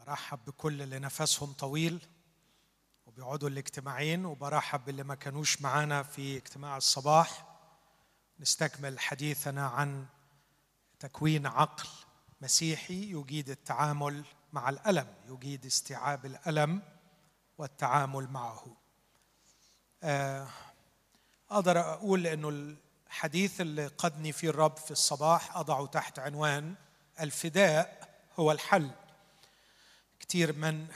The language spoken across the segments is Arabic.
برحب بكل اللي نفسهم طويل وبيقعدوا الاجتماعين، وبرحب باللي ما كانوش معانا في اجتماع الصباح. نستكمل حديثنا عن تكوين عقل مسيحي يجيد التعامل مع الألم، يجيد استيعاب الألم والتعامل معه. أقدر أقول أنه الحديث اللي قدني فيه الرب في الصباح أضعه تحت عنوان الفداء هو الحل. كثير من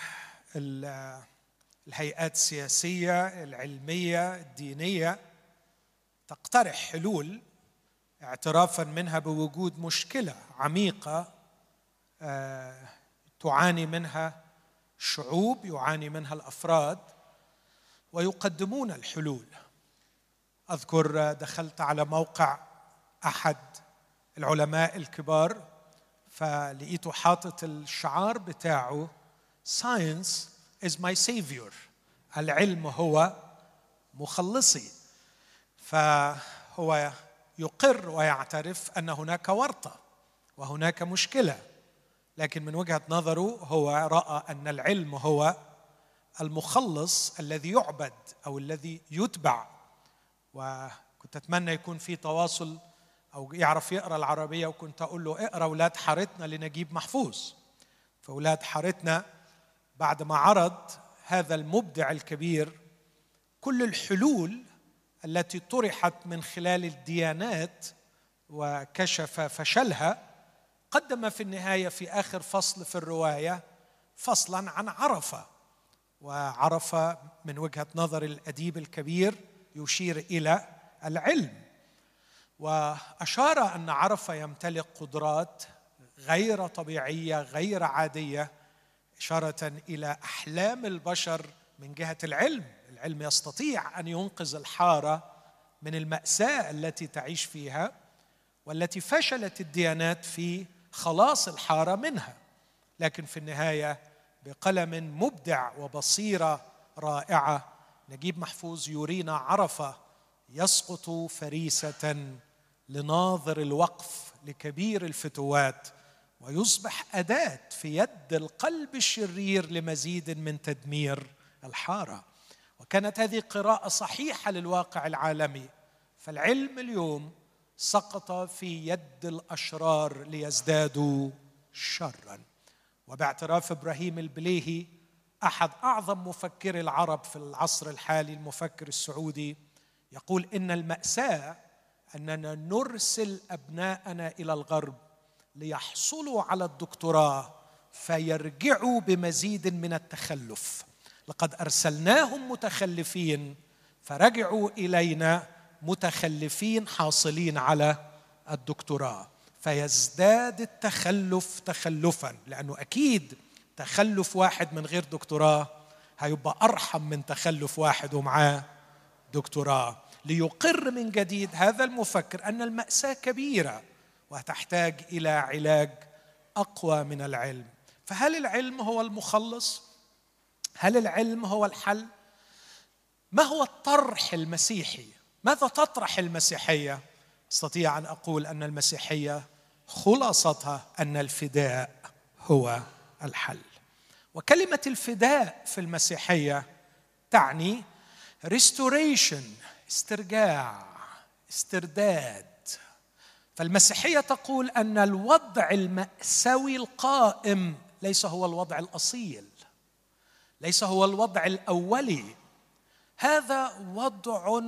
الهيئات السياسية العلمية الدينية تقترح حلول اعترافا منها بوجود مشكلة عميقة تعاني منها الشعوب، يعاني منها الأفراد، ويقدمون الحلول. أذكر دخلت على موقع أحد العلماء الكبار فلقيته حاطط الشعار بتاعه Science is my savior، العلم هو مخلصي. فهو يقر ويعترف أن هناك ورطة وهناك مشكلة، لكن من وجهة نظره هو رأى أن العلم هو المخلص الذي يعبد أو الذي يتبع. وكنت أتمنى يكون في تواصل أو يعرف يقرأ العربية، وكنت أقول له اقرأ أولاد حارتنا لنجيب محفوظ. فأولاد حارتنا بعد ما عرض هذا المبدع الكبير كل الحلول التي طرحت من خلال الديانات وكشف فشلها، قدم في النهاية في آخر فصل في الرواية فصلا عن عرفة. وعرفة من وجهة نظر الأديب الكبير يشير إلى العلم، وأشار أن عرفة يمتلك قدرات غير طبيعية غير عادية، إشارة إلى أحلام البشر من جهة العلم. العلم يستطيع أن ينقذ الحارة من المأساة التي تعيش فيها، والتي فشلت الديانات في خلاص الحارة منها. لكن في النهاية بقلم مبدع وبصيرة رائعة نجيب محفوظ يرينا عرفة يسقط فريسة لناظر الوقف لكبير الفتوات، ويصبح أداة في يد القلب الشرير لمزيد من تدمير الحارة. وكانت هذه قراءة صحيحة للواقع العالمي. فالعلم اليوم سقط في يد الأشرار ليزدادوا شرا. وباعتراف إبراهيم البليهي أحد أعظم مفكري العرب في العصر الحالي، المفكر السعودي، يقول إن المأساة أننا نرسل أبناءنا إلى الغرب ليحصلوا على الدكتوراه فيرجعوا بمزيد من التخلف. لقد أرسلناهم متخلفين فرجعوا إلينا متخلفين حاصلين على الدكتوراه، فيزداد التخلف تخلفا، لأنه أكيد تخلف واحد من غير دكتوراه هيبقى أرحم من تخلف واحد ومعاه دكتوراه. ليقر من جديد هذا المفكر أن المأساة كبيرة وتحتاج إلى علاج أقوى من العلم. فهل العلم هو المخلص؟ هل العلم هو الحل؟ ما هو الطرح المسيحي؟ ماذا تطرح المسيحية؟ أستطيع أن أقول أن المسيحية خلاصتها أن الفداء هو الحل. وكلمة الفداء في المسيحية تعني restoration، استرجاع، استرداد. فالمسيحية تقول أن الوضع المأساوي القائم ليس هو الوضع الأصيل، ليس هو الوضع الأولي، هذا وضع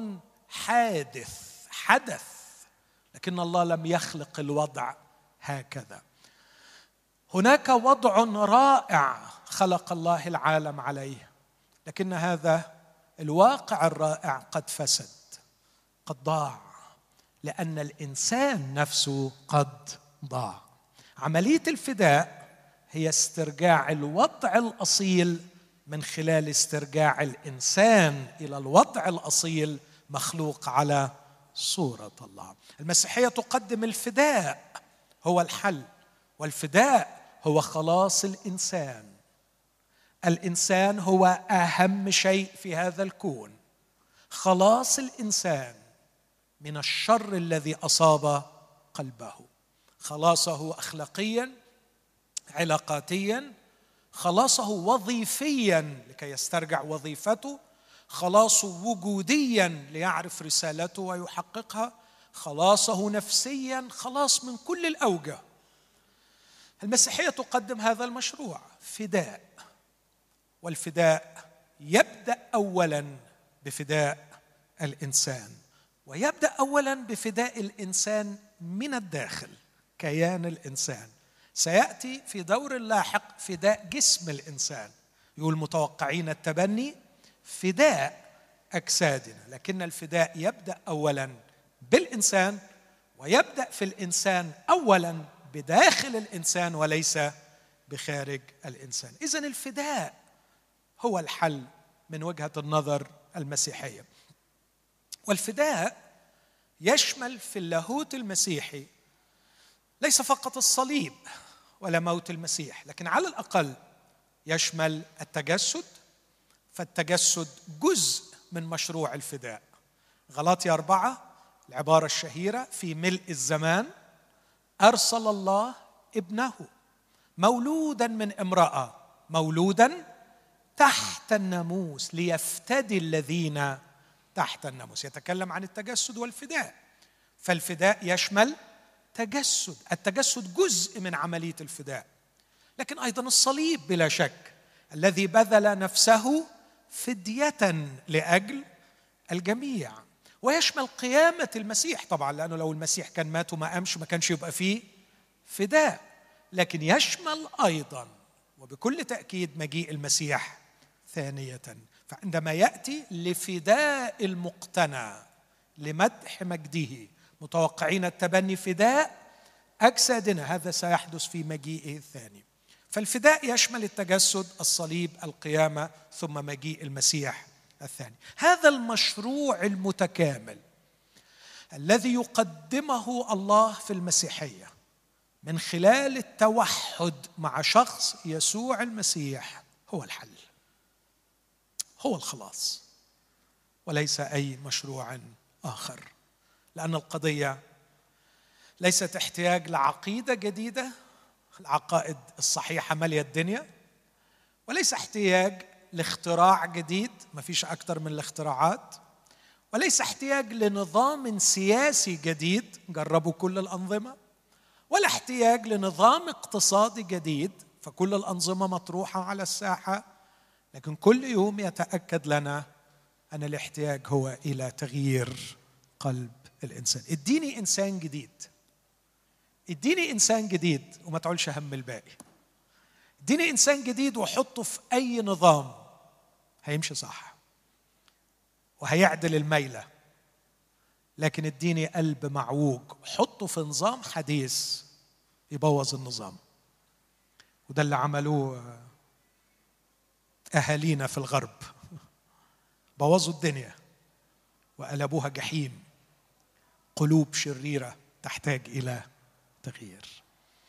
حدث، لكن الله لم يخلق الوضع هكذا. هناك وضع رائع خلق الله العالم عليه، لكن هذا الواقع الرائع قد فسد، قد ضاع، لأن الإنسان نفسه قد ضاع. عملية الفداء هي استرجاع الوضع الأصيل من خلال استرجاع الإنسان إلى الوضع الأصيل مخلوق على صورة الله. المسيحية تقدم الفداء هو الحل، والفداء هو خلاص الإنسان. الإنسان هو أهم شيء في هذا الكون، خلاص الإنسان من الشر الذي أصاب قلبه، خلاصه أخلاقيا، علاقاتيا، خلاصه وظيفيا لكي يسترجع وظيفته، خلاصه وجوديا ليعرف رسالته ويحققها، خلاصه نفسيا، خلاص من كل الأوجه. المسيحية تقدم هذا المشروع فداء، والفداء يبدأ أولا بفداء الإنسان، ويبدأ أولا بفداء الإنسان من الداخل، كيان الإنسان. سيأتي في دور لاحق فداء جسم الإنسان، يقول متوقعين التبني فداء أجسادنا، لكن الفداء يبدأ أولا بالإنسان، ويبدأ في الإنسان أولا بداخل الإنسان وليس بخارج الإنسان. إذن الفداء هو الحل من وجهة النظر المسيحية. والفداء يشمل في اللاهوت المسيحي ليس فقط الصليب ولا موت المسيح، لكن على الأقل يشمل التجسد، فالتجسد جزء من مشروع الفداء. غلاطية 4 العبارة الشهيرة: في ملء الزمان أرسل الله ابنه مولودا من امرأة، مولودا تحت الناموس ليفتدي الذين تحت الناموس. يتكلم عن التجسد والفداء، فالفداء يشمل تجسد، التجسد جزء من عملية الفداء، لكن أيضا الصليب بلا شك الذي بذل نفسه فدية لأجل الجميع، ويشمل قيامة المسيح طبعا، لأنه لو المسيح كان مات وما قامش ما كانش يبقى فيه فداء، لكن يشمل أيضا وبكل تأكيد مجيء المسيح ثانية. فعندما يأتي لفداء المقتنى لمدح مجده متوقعين التبني فداء أجسادنا، هذا سيحدث في مجيئه الثاني. فالفداء يشمل التجسد، الصليب، القيامة، ثم مجيء المسيح الثاني. هذا المشروع المتكامل الذي يقدمه الله في المسيحية من خلال التوحد مع شخص يسوع المسيح هو الحل، هو الخلاص، وليس أي مشروع آخر. لأن القضية ليست احتياج لعقيدة جديدة، العقائد الصحيحة مالية الدنيا، وليس احتياج لاختراع جديد، ما فيش أكتر من الاختراعات، وليس احتياج لنظام سياسي جديد جربوا كل الأنظمة، ولا احتياج لنظام اقتصادي جديد فكل الأنظمة مطروحة على الساحة، لكن كل يوم يتأكد لنا أن الاحتياج هو إلى تغيير قلب الإنسان. اديني إنسان جديد، اديني إنسان جديد وما تعولش هم الباقي. اديني إنسان جديد وحطه في أي نظام هيمشي صح وهيعدل الميلة، لكن اديني قلب معوج حطه في نظام حديث يبوظ النظام. وده اللي عملوه أهالينا في الغرب، بوظوا الدنيا وقلبوها جحيم، قلوب شريرة تحتاج إلى تغيير.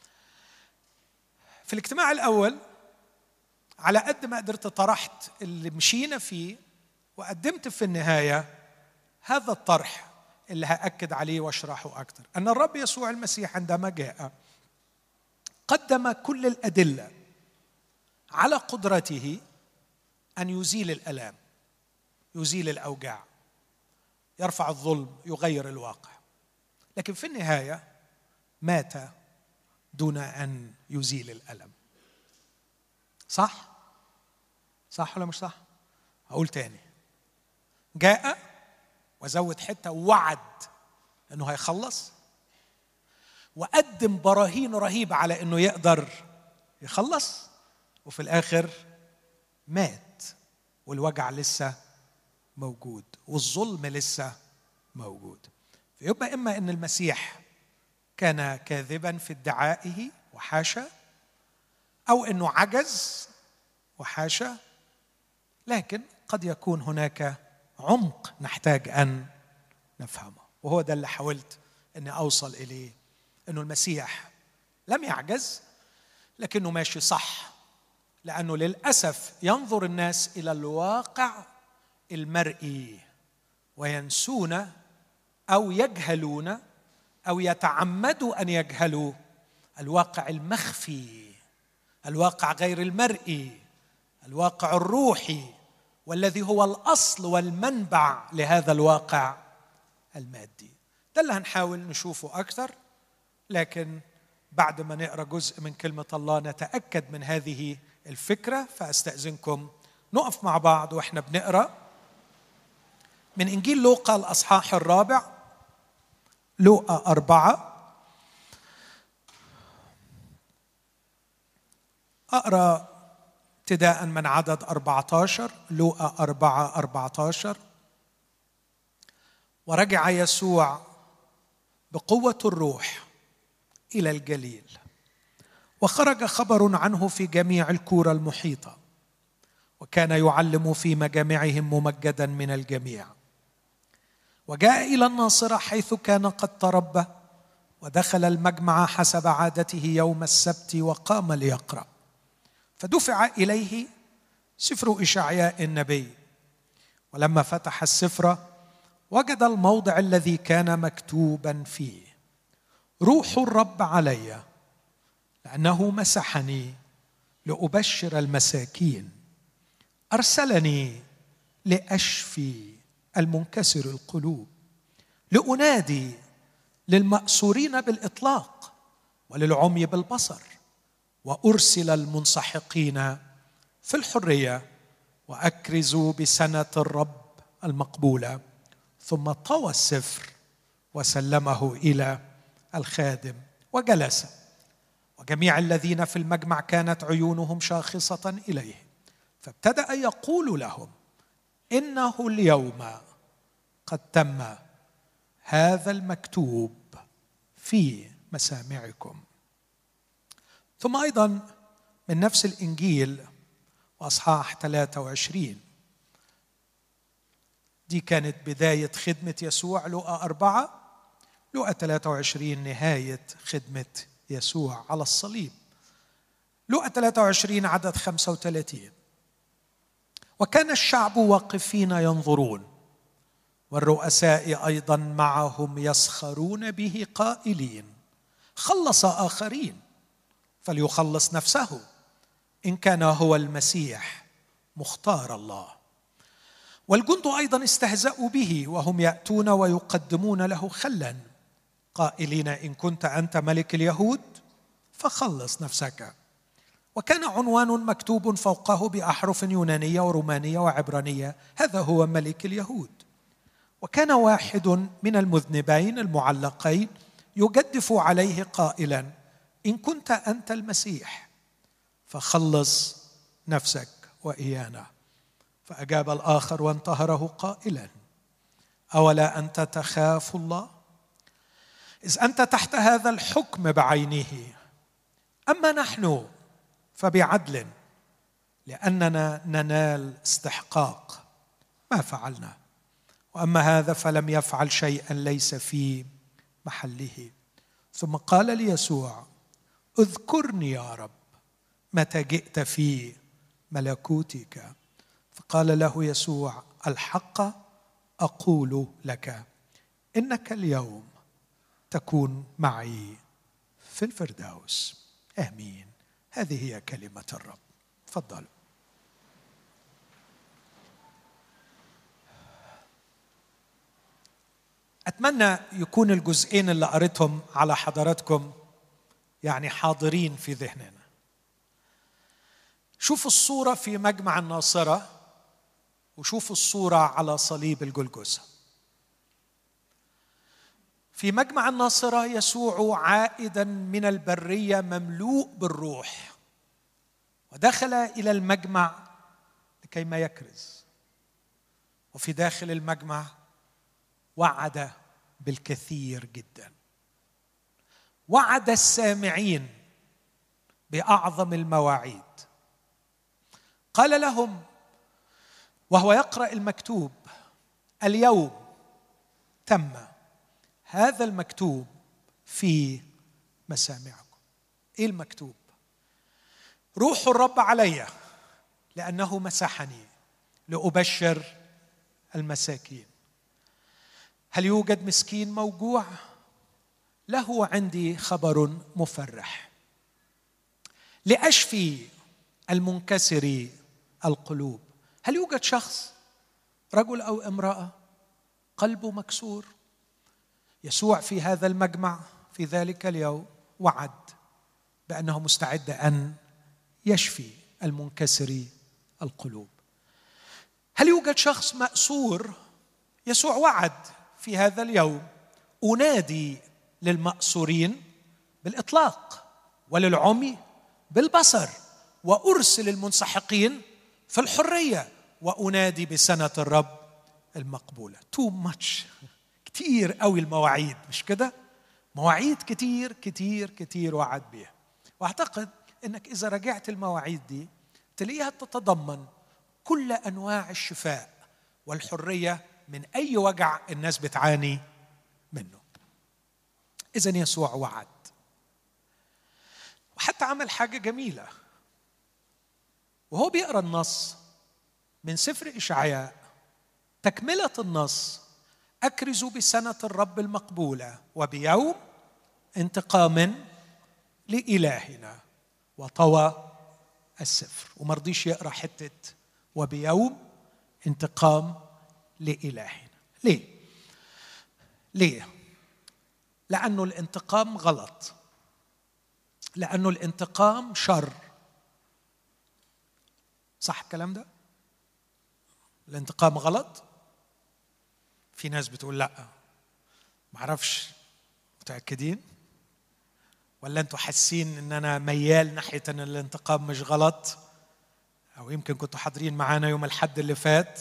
في الاجتماع الأول على قد ما قدرت طرحت اللي مشينا فيه، وقدمت في النهاية هذا الطرح اللي هأكد عليه واشرحه أكثر، أن الرب يسوع المسيح عندما جاء قدم كل الأدلة على قدرته أن يزيل الآلام، يزيل الأوجاع، يرفع الظلم، يغير الواقع، لكن في النهاية مات دون أن يزيل الألم. صح؟ صح ولا مش صح؟ أقول تاني، جاء وزود حتة ووعد أنه هيخلص، وقدم براهين رهيبة على أنه يقدر يخلص، وفي الآخر مات والوجع لسه موجود والظلم لسه موجود. فيبقى إما أن المسيح كان كاذبا في ادعائه وحاشا، أو أنه عجز وحاشا، لكن قد يكون هناك عمق نحتاج أن نفهمه، وهو ده اللي حاولت أني أوصل إليه، أنه المسيح لم يعجز لكنه ماشي صح، لأنه للأسف ينظر الناس إلى الواقع المرئي وينسون أو يجهلون أو يتعمدوا أن يجهلوا الواقع المخفي الواقع غير المرئي، الواقع الروحي، والذي هو الأصل والمنبع لهذا الواقع المادي. ده اللي هنحاول نشوفه أكثر، لكن بعد ما نقرأ جزء من كلمة الله نتأكد من هذه الفكرة. فأستأذنكم نقف مع بعض وإحنا بنقرأ من إنجيل لوقا الأصحاح 4، لوقا 4. أقرأ ابتداء من عدد 14، لوقا 4:14. ورجع يسوع بقوة الروح إلى الجليل، وخرج خبر عنه في جميع الكورة المحيطة، وكان يعلم في مجامعهم ممجدا من الجميع. وجاء إلى الناصرة حيث كان قد تربى، ودخل المجمع حسب عادته يوم السبت وقام ليقرأ. فدفع إليه سفر إشعياء النبي، ولما فتح السفر وجد الموضع الذي كان مكتوبا فيه: روح الرب علي، لأنه مسحني لأبشر المساكين، أرسلني لأشفي المنكسر القلوب، لأنادي للمأسورين بالإطلاق وللعمي بالبصر، وأرسل المنسحقين في الحرية، وأكرز بسنة الرب المقبولة. ثم طوى السفر وسلمه إلى الخادم وجلس. وجميع الذين في المجمع كانت عيونهم شاخصة إليه، فابتدأ يقول لهم: إنه اليوم قد تم هذا المكتوب في مسامعكم. ثم أيضا من نفس الإنجيل وأصحاح 23، دي كانت بداية خدمة يسوع، لوقا 4، لوقا 23 نهاية خدمة يسوع على الصليب. لوقا 23 عدد 35: وكان الشعب واقفين ينظرون، والرؤساء أيضا معهم يسخرون به قائلين: خلص آخرين فليخلص نفسه إن كان هو المسيح مختار الله. والجند أيضا استهزأوا به وهم يأتون ويقدمون له خلا قائلين: إن كنت أنت ملك اليهود فخلص نفسك. وكان عنوان مكتوب فوقه بأحرف يونانية ورومانية وعبرانية: هذا هو ملك اليهود. وكان واحد من المذنبين المعلقين يجدف عليه قائلا: إن كنت أنت المسيح فخلص نفسك وإيانا. فأجاب الآخر وانتهره قائلا: أولا أنت تخاف الله، إذ أنت تحت هذا الحكم بعينه؟ أما نحن فبعدل، لأننا ننال استحقاق ما فعلنا، وأما هذا فلم يفعل شيئا ليس في محله. ثم قال ليسوع: اذكرني يا رب متى جئت في ملكوتك. فقال له يسوع: الحق أقول لك إنك اليوم تكون معي في الفردوس. آمين. هذه هي كلمة الرب. تفضل. أتمنى يكون الجزئين اللي قريتهم على حضراتكم يعني حاضرين في ذهننا. شوفوا الصورة في مجمع الناصرة، وشوفوا الصورة على صليب الجلجثة. في مجمع الناصرة يسوع عائدا من البرية مملوء بالروح، ودخل إلى المجمع لكي ما يكرز. وفي داخل المجمع وعد بالكثير جدا، وعد السامعين بأعظم المواعيد. قال لهم وهو يقرأ المكتوب: اليوم تم هذا المكتوب في مسامعكم. إيه المكتوب؟ روح الرب علي لأنه مسحني لأبشر المساكين. هل يوجد مسكين موجوع؟ له عندي خبر مفرح، لأشفي المنكسر القلوب. هل يوجد شخص، رجل أو امرأة، قلبه مكسور؟ يسوع في هذا المجمع في ذلك اليوم وعد بأنه مستعد أن يشفي المنكسر القلوب. هل يوجد شخص مأسور؟ يسوع وعد في هذا اليوم: أنادي للمأسورين بالإطلاق، وللعمي بالبصر، وأرسل المنسحقين في الحرية، وأنادي بسنة الرب المقبولة. too much، كتير قوي المواعيد، مش كده؟ مواعيد كتير كتير كتير وعد بيها. وأعتقد أنك إذا رجعت المواعيد دي تلاقيها تتضمن كل أنواع الشفاء والحرية من أي وجع الناس بتعاني منه. إذن يسوع وعد، وحتى عمل حاجة جميلة وهو بيقرأ النص من سفر إشعياء، تكملة النص: أكرز بسنة الرب المقبولة وبيوم انتقام لإلهنا. وطوى السفر ومرضيش يقرأ حتة وبيوم انتقام لإلهنا. ليه؟ لأنه الانتقام غلط، لأنه الانتقام شر. صح الكلام ده؟ الانتقام غلط؟ في ناس بتقول لا، معرفش، متأكدين؟ ولا أنتوا حاسين إن أنا ميال ناحية أن الانتقام مش غلط؟ أو يمكن كنتوا حاضرين معانا يوم الحد اللي فات.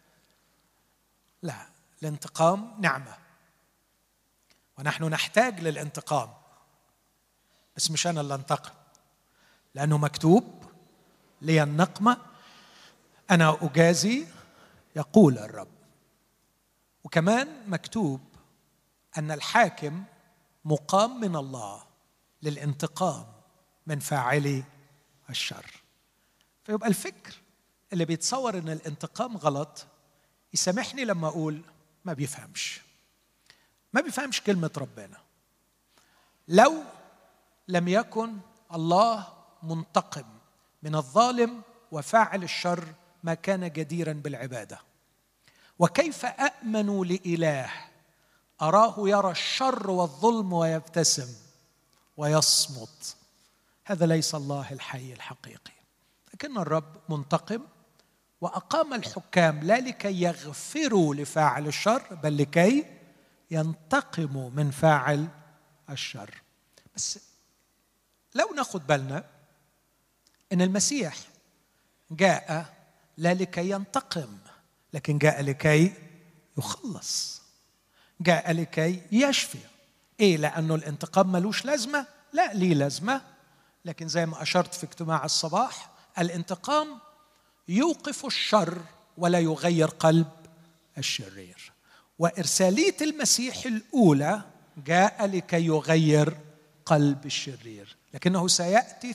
لا، الانتقام نعمة ونحن نحتاج للانتقام، بس مش أنا اللي انتقم، لأنه مكتوب: لي النقمة أنا أجازي يقول الرب. وكمان مكتوب أن الحاكم مقام من الله للانتقام من فاعلي الشر. فيبقى الفكر اللي بيتصور أن الانتقام غلط، يسامحني لما أقول ما بيفهمش كلمة ربنا. لو لم يكن الله منتقم من الظالم وفاعل الشر ما كان جديرا بالعبادة. وكيف أأمن لإله أراه يرى الشر والظلم ويبتسم ويصمت؟ هذا ليس الله الحي الحقيقي. لكن الرب منتقم، وأقام الحكام لا لكي يغفروا لفاعل الشر بل لكي ينتقموا من فاعل الشر. بس لو ناخد بالنا إن المسيح جاء لا لكي ينتقم، لكن جاء لكي يخلص، جاء لكي يشفي. إيه؟ لأنه الانتقام ملوش لازمة؟ لا، ليه لازمة. لكن زي ما أشرت في اجتماع الصباح، الانتقام يوقف الشر ولا يغير قلب الشرير. وإرسالية المسيح الأولى جاء لكي يغير قلب الشرير، لكنه سيأتي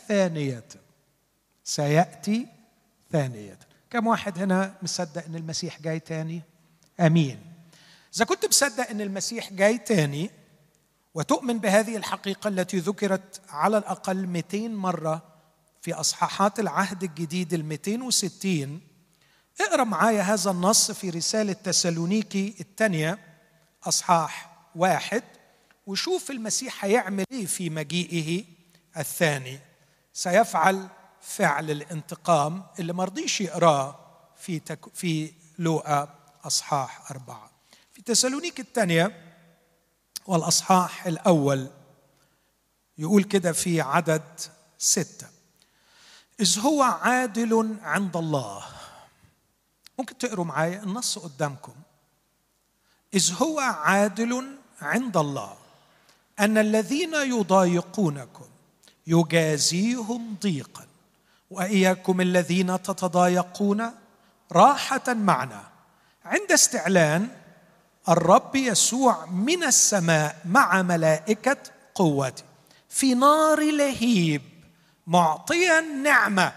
ثانية. كم واحد هنا مصدق أن المسيح جاي تاني؟ أمين. إذا كنت مصدق أن المسيح جاي تاني وتؤمن بهذه الحقيقة التي ذكرت على الأقل 200 مرة في أصحاحات العهد الجديد 260، اقرأ معايا هذا النص في رسالة تسالونيكي الثانية أصحاح 1، وشوف المسيح هيعمل إيه في مجيئه الثاني. سيفعل فعل الانتقام اللي مرضيش يقراه في لوقا أصحاح 4. في تسالونيكي الثانية والأصحاح الأول يقول كده في عدد 6: إذ هو عادل عند الله. ممكن تقروا معايا النص قدامكم. إذ هو عادل عند الله أن الذين يضايقونكم يجازيهم ضيقا، وإياكم الذين تتضايقون راحة معنا عند استعلان الرب يسوع من السماء مع ملائكة قوته في نار لهيب معطيا نعمة.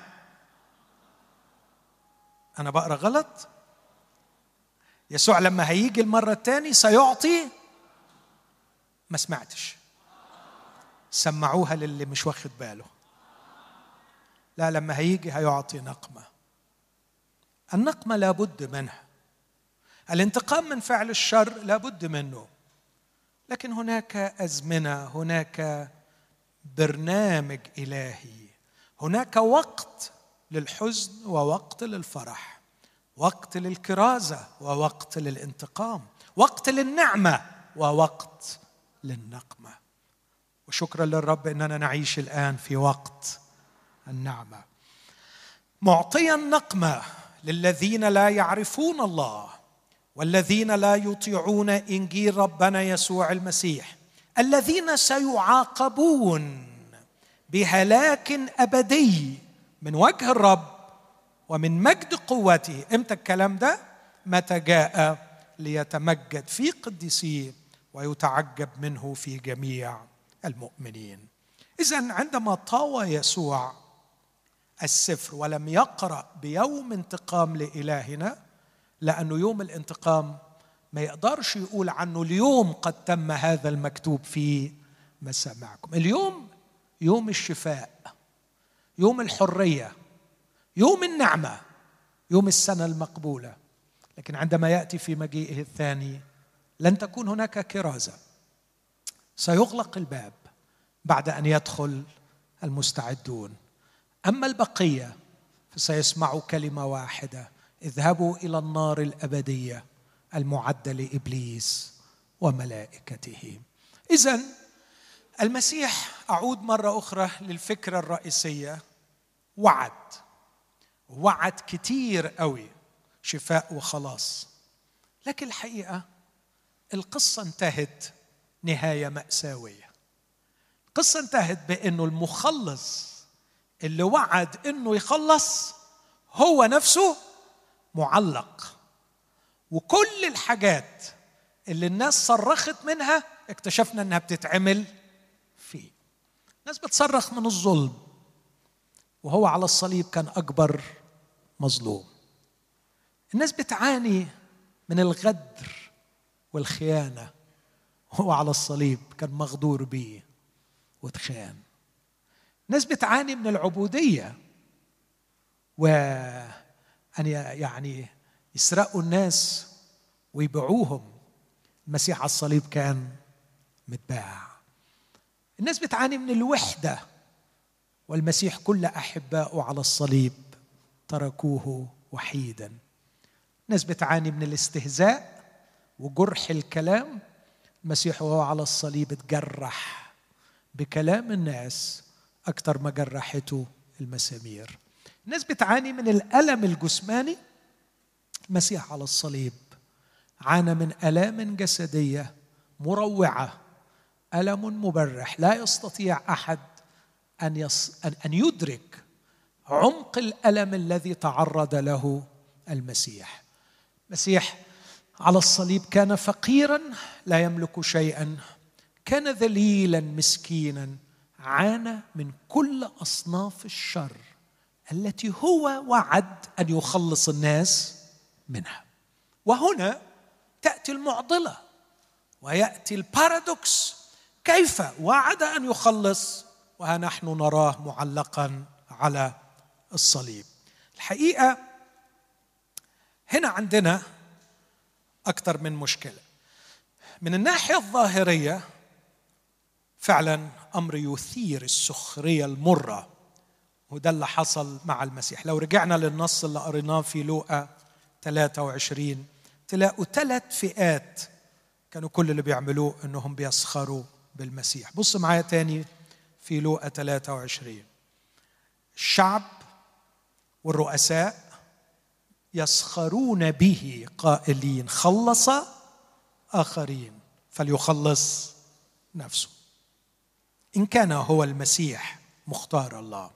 أنا بقرأ غلط؟ يسوع لما هيجي المرة الثانية سيعطي، ما سمعتش، سمعوها للي مش واخد باله. لا، لما هيجي هيعطي نقمة. النقمة لابد منها، الانتقام من فعل الشر لابد منه، لكن هناك أزمنة، هناك برنامج إلهي، هناك وقت للحزن ووقت للفرح، وقت للكرازة ووقت للانتقام، وقت للنعمة ووقت للنقمة. وشكرا للرب أننا نعيش الآن في وقت النعمة، معطيا النقمة للذين لا يعرفون الله والذين لا يطيعون إنجيل ربنا يسوع المسيح، الذين سيعاقبون بهلاك أبدي من وجه الرب ومن مجد قوته. إمتى الكلام ده؟ متى جاء ليتمجد في قديسيه ويتعجب منه في جميع المؤمنين. إذن عندما طاوى يسوع السفر ولم يقرأ بيوم انتقام لإلهنا، لأنه يوم الانتقام ما يقدرش يقول عنه اليوم قد تم هذا المكتوب في مسامعكم. اليوم يوم الشفاء، يوم الحرية، يوم النعمة، يوم السنة المقبولة. لكن عندما يأتي في مجيئه الثاني لن تكون هناك كرازة، سيغلق الباب بعد أن يدخل المستعدون. أما البقية فسيسمعوا كلمة واحدة: اذهبوا إلى النار الأبدية المعدة لإبليس وملائكته. إذن المسيح، أعود مرة أخرى للفكرة الرئيسية، وعد كتير قوي شفاء وخلاص، لكن الحقيقة القصة انتهت نهاية مأساوية. القصة انتهت بأنه المخلص اللي وعد أنه يخلص هو نفسه معلق، وكل الحاجات اللي الناس صرخت منها اكتشفنا أنها بتتعمل فيه. الناس بتصرخ من الظلم، وهو على الصليب كان أكبر مظلوم. الناس بتعاني من الغدر والخيانة، وهو على الصليب كان مغدور بيه واتخان. الناس بتعاني من العبودية، وأن يعني يسرقوا الناس ويبيعوهم. المسيح على الصليب كان متباع. الناس بتعاني من الوحدة، والمسيح كل أحبائه على الصليب تركوه وحيدا. الناس بتعاني من الاستهزاء وجرح الكلام. المسيح وهو على الصليب اتجرح بكلام الناس أكتر ما جرحته المسامير. الناس بتعاني من الألم الجسماني. المسيح على الصليب عانى من آلام جسدية مروعة، ألم مبرح لا يستطيع أحد أن يدرك عمق الألم الذي تعرض له المسيح. المسيح على الصليب كان فقيراً لا يملك شيئاً، كان ذليلاً مسكيناً، عانى من كل أصناف الشر التي هو وعد أن يخلص الناس منها. وهنا تأتي المعضلة ويأتي البارادوكس: كيف وعد أن يخلص وها نحن نراه معلقاً على الصليب؟ الحقيقة هنا عندنا أكثر من مشكلة. من الناحية الظاهرية فعلا أمر يثير السخرية المرة، وده اللي حصل مع المسيح. لو رجعنا للنص اللي قريناه في لوقا 23 تلاقوا 3 فئات كانوا كل اللي بيعملوه أنهم بيسخروا بالمسيح. بص معايا تاني في لوقا 23. الشعب والرؤساء يسخرون به قائلين: خلص آخرين فليخلص نفسه إن كان هو المسيح مختار الله.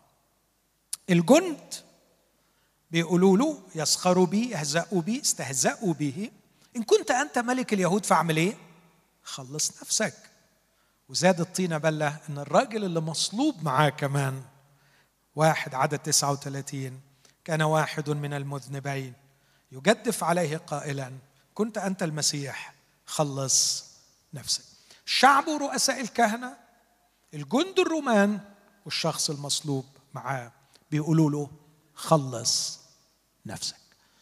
الجند بيقولوا له، يسخروا به، يهزأوا به، استهزأوا به: إن كنت أنت ملك اليهود فاعمل إيه؟ خلص نفسك. وزاد الطينة بلة إن الراجل اللي مصلوب معاه كمان، 1 عدد 39، كان واحد من المذنبين يجدف عليه قائلا: كنت أنت المسيح خلص نفسك. الشعب ورؤساء الكهنة، الجند الرومان، والشخص المصلوب معاه بيقولوا له خلص نفسك.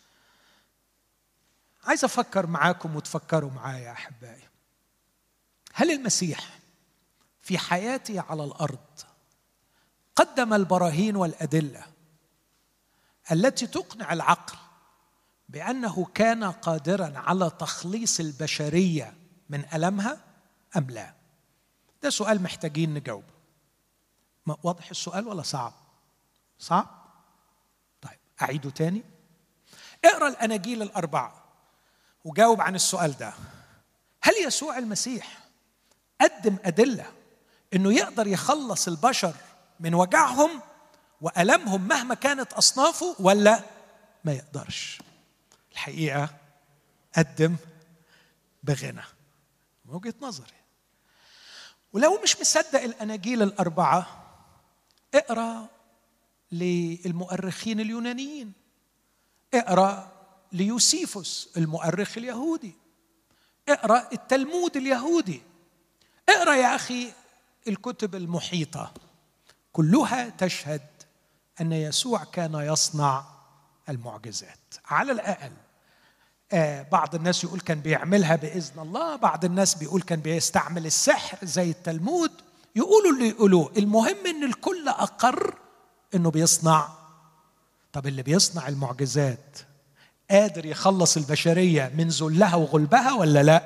عايز أفكر معاكم وتفكروا معايا يا أحبائي، هل المسيح في حياته على الأرض قدم البراهين والأدلة التي تقنع العقل بأنه كان قادراً على تخليص البشرية من ألمها أم لا؟ ده سؤال محتاجين نجاوبه. واضح السؤال ولا صعب؟ صعب؟ طيب أعيده تاني. اقرأ الأناجيل الأربعة وجاوب عن السؤال ده. هل يسوع المسيح قدم أدلة إنه يقدر يخلص البشر من وجعهم وألمهم مهما كانت أصنافه ولا ما يقدرش؟ الحقيقة قدم بغنى من وجهة نظري. ولو مش مصدق الأناجيل الأربعة، اقرأ للمؤرخين اليونانيين، اقرأ ليوسيفوس المؤرخ اليهودي، اقرأ التلمود اليهودي، اقرأ يا أخي الكتب المحيطة، كلها تشهد أن يسوع كان يصنع المعجزات. على الأقل بعض الناس يقول كان بيعملها بإذن الله، بعض الناس بيقول كان بيستعمل السحر زي التلمود، يقولوا اللي يقولوه، المهم أن الكل أقر أنه بيصنع. طب اللي بيصنع المعجزات قادر يخلص البشرية من ذلها وغلبها ولا لا؟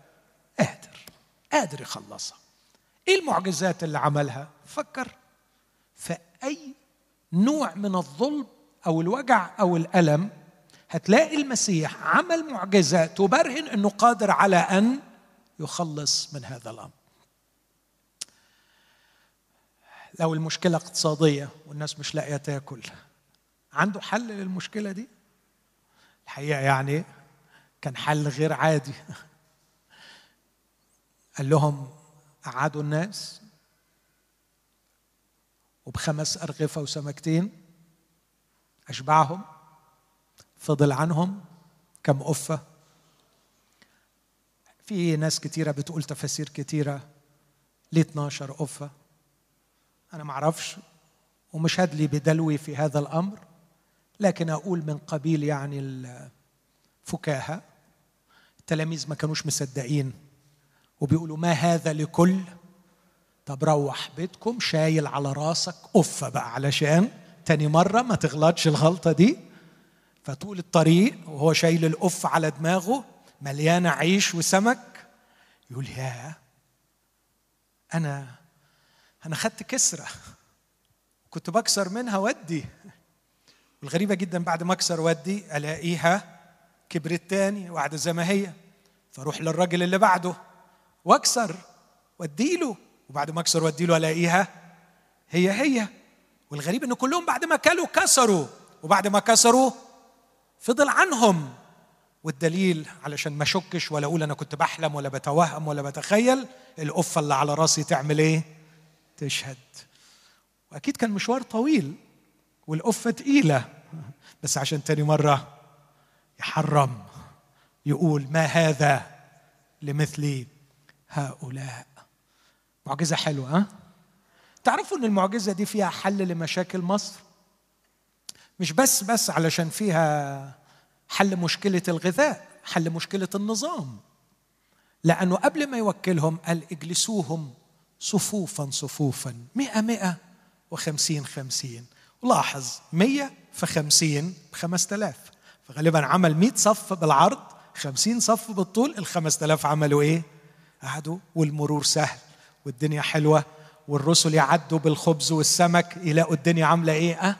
قادر يخلصها. إيه المعجزات اللي عملها؟ فكر في أي نوع من الظلم أو الوجع أو الألم، هتلاقي المسيح عمل معجزة تبرهن أنه قادر على أن يخلص من هذا الأمر. لو المشكلة اقتصادية والناس مش لاقية تاكل، عنده حل للمشكلة دي؟ الحقيقة يعني كان حل غير عادي. قال لهم قعدوا الناس وب5 أرغفة وسمكتين أشبعهم، فضل عنهم كم قفة؟ في ناس كتيرة بتقول تفاسير كتيرة، ليه 12 قفة؟ أنا معرفش ومش هدلي بدلوي في هذا الأمر، لكن أقول من قبيل يعني الفكاهة. التلاميذ ما كانوش مصدقين وبيقولوا ما هذا لكل؟ طب روح بيتكم شايل على راسك قفة بقى علشان تاني مرة ما تغلطش الغلطة دي. فطول الطريق وهو شايل القفة على دماغه مليانة عيش وسمك، يقول يا أنا خدت كسرة كنت بكسر منها ودي، والغريبة جدا بعد ما أكسر ودي ألاقيها كبرت تاني وقعدت زي ما هي، فأروح للراجل اللي بعده وأكسر وديله، وبعد ما أكسر وديله ألاقيها هي. والغريب إن كلهم بعد ما كلوا كسروا، وبعد ما كسروا فضل عنهم. والدليل علشان ما شكش ولا أقول أنا كنت بحلم ولا بتوهم ولا بتخيل، القفة اللي على راسي تعمل إيه؟ تشهد. وأكيد كان مشوار طويل والقفة تقيلة، بس عشان تاني مرة يحرم يقول ما هذا لمثل هؤلاء. معجزة حلوة، ها؟ تعرفوا أن المعجزة دي فيها حل لمشاكل مصر؟ مش بس علشان فيها حل مشكلة الغذاء، حل مشكلة النظام. لأنه قبل ما يوكلهم قال اجلسوهم صفوفا 100 و50. ولاحظ 100 في 50 ب5000، فغالبا عمل 100 صف بالعرض 50 صف بالطول. 5000 عملوا ايه؟ قعدوا والمرور سهل والدنيا حلوة، والرسل يعدوا بالخبز والسمك يلاقوا الدنيا عاملة ايه؟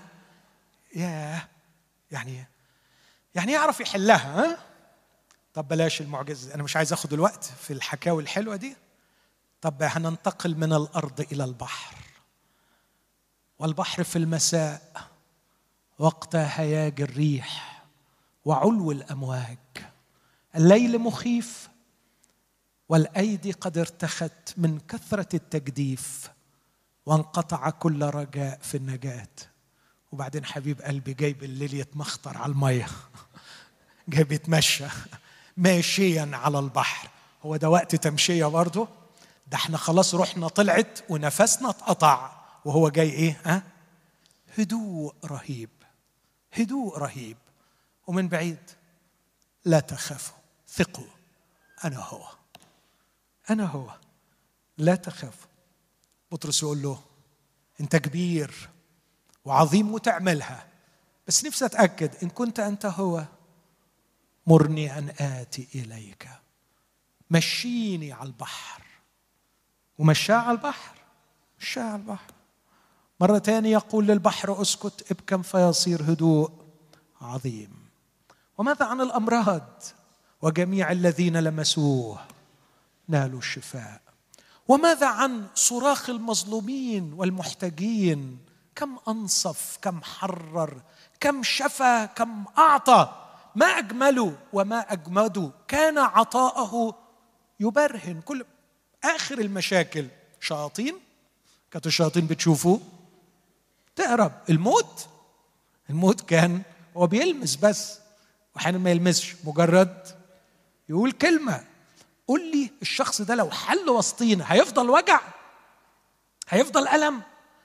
يعني يعرف يحلها، ها؟ طب بلاش المعجزة، أنا مش عايز أخد الوقت في الحكاوي الحلوة دي. طب هننتقل من الأرض إلى البحر، والبحر في المساء وقت هياج الريح وعلو الأمواج، الليل مخيف والأيدي قد ارتخت من كثرة التجديف وانقطع كل رجاء في النجاة. وبعدين حبيب قلبي جايب الليل يتمخطر على المية، جايب يتمشى ماشيا على البحر. هو ده وقت تمشية برضه؟ ده احنا خلاص روحنا طلعت ونفسنا اتقطع وهو جاي ايه؟ هدوء رهيب، هدوء رهيب. ومن بعيد: لا تخافوا، ثقوا، أنا هو، أنا هو، لا تخافوا. بطرس يقول له: أنت كبير وعظيم وتعملها، بس نفسي أتأكد إن كنت أنت هو، مرني أن آتي إليك. مشيني على البحر. ومشاه على البحر، مشاه على البحر. مرة تانية يقول للبحر: اسكت، ابكم، فيصير هدوء عظيم. وماذا عن الأمراض؟ وجميع الذين لمسوه نالوا الشفاء. وماذا عن صراخ المظلومين والمحتاجين؟ كم أنصف، كم حرر، كم شفى، كم أعطى. ما أجمله وما أجمده، كان عطاءه يبرهن كل آخر المشاكل. شياطين، كانت الشياطين بتشوفه تهرب. الموت كان هو بيلمس بس، وحين ما يلمسش، مجرد يقول كلمة. قل لي الشخص ده لو حل وسطينا هيفضل وجع؟ هيفضل ألم؟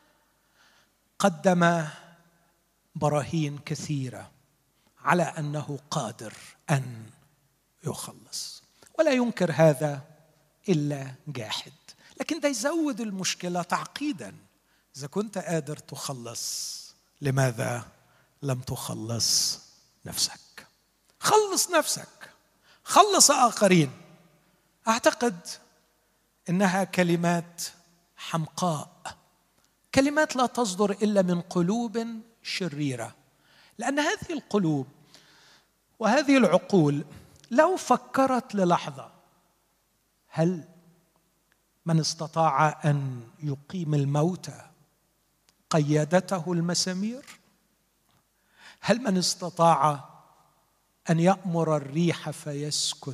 قدم براهين كثيرة على أنه قادر أن يخلص، ولا ينكر هذا إلا جاحد. لكن ده يزود المشكلة تعقيدا. إذا كنت قادر تخلص، لماذا لم تخلص نفسك؟ خلص نفسك، خلص آخرين. أعتقد إنها كلمات حمقاء، كلمات لا تصدر إلا من قلوب شريرة. لأن هذه القلوب وهذه العقول لو فكرت للحظة: هل من استطاع أن يقيم الموتى قيدته المسامير؟ هل من استطاع أن يأمر الريح فيسكت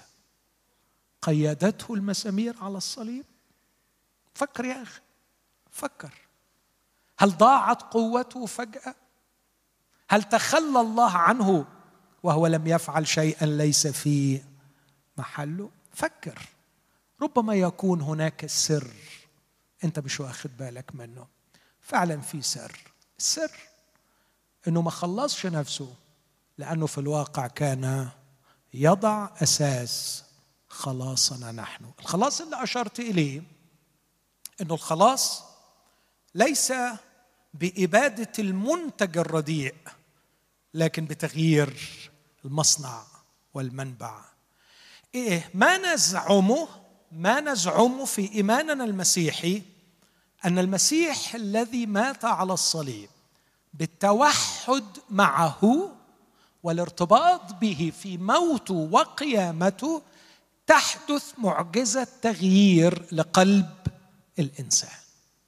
قيدته المسامير على الصليب؟ فكر يا أخي، فكر. هل ضاعت قوته فجأة؟ هل تخلى الله عنه وهو لم يفعل شيئا ليس في محله؟ فكر. ربما يكون هناك سر أنت مش واخد بالك منه. فعلا في سر. السر أنه ما خلصش نفسه، لأنه في الواقع كان يضع أساس خلاصنا نحن. الخلاص اللي أشرت إليه أنه الخلاص ليس بإبادة المنتج الرديء، لكن بتغيير المصنع والمنبع. ما نزعمه في إيماننا المسيحي أن المسيح الذي مات على الصليب بالتوحد معه والارتباط به في موته وقيامته تحدث معجزة تغيير لقلب الإنسان.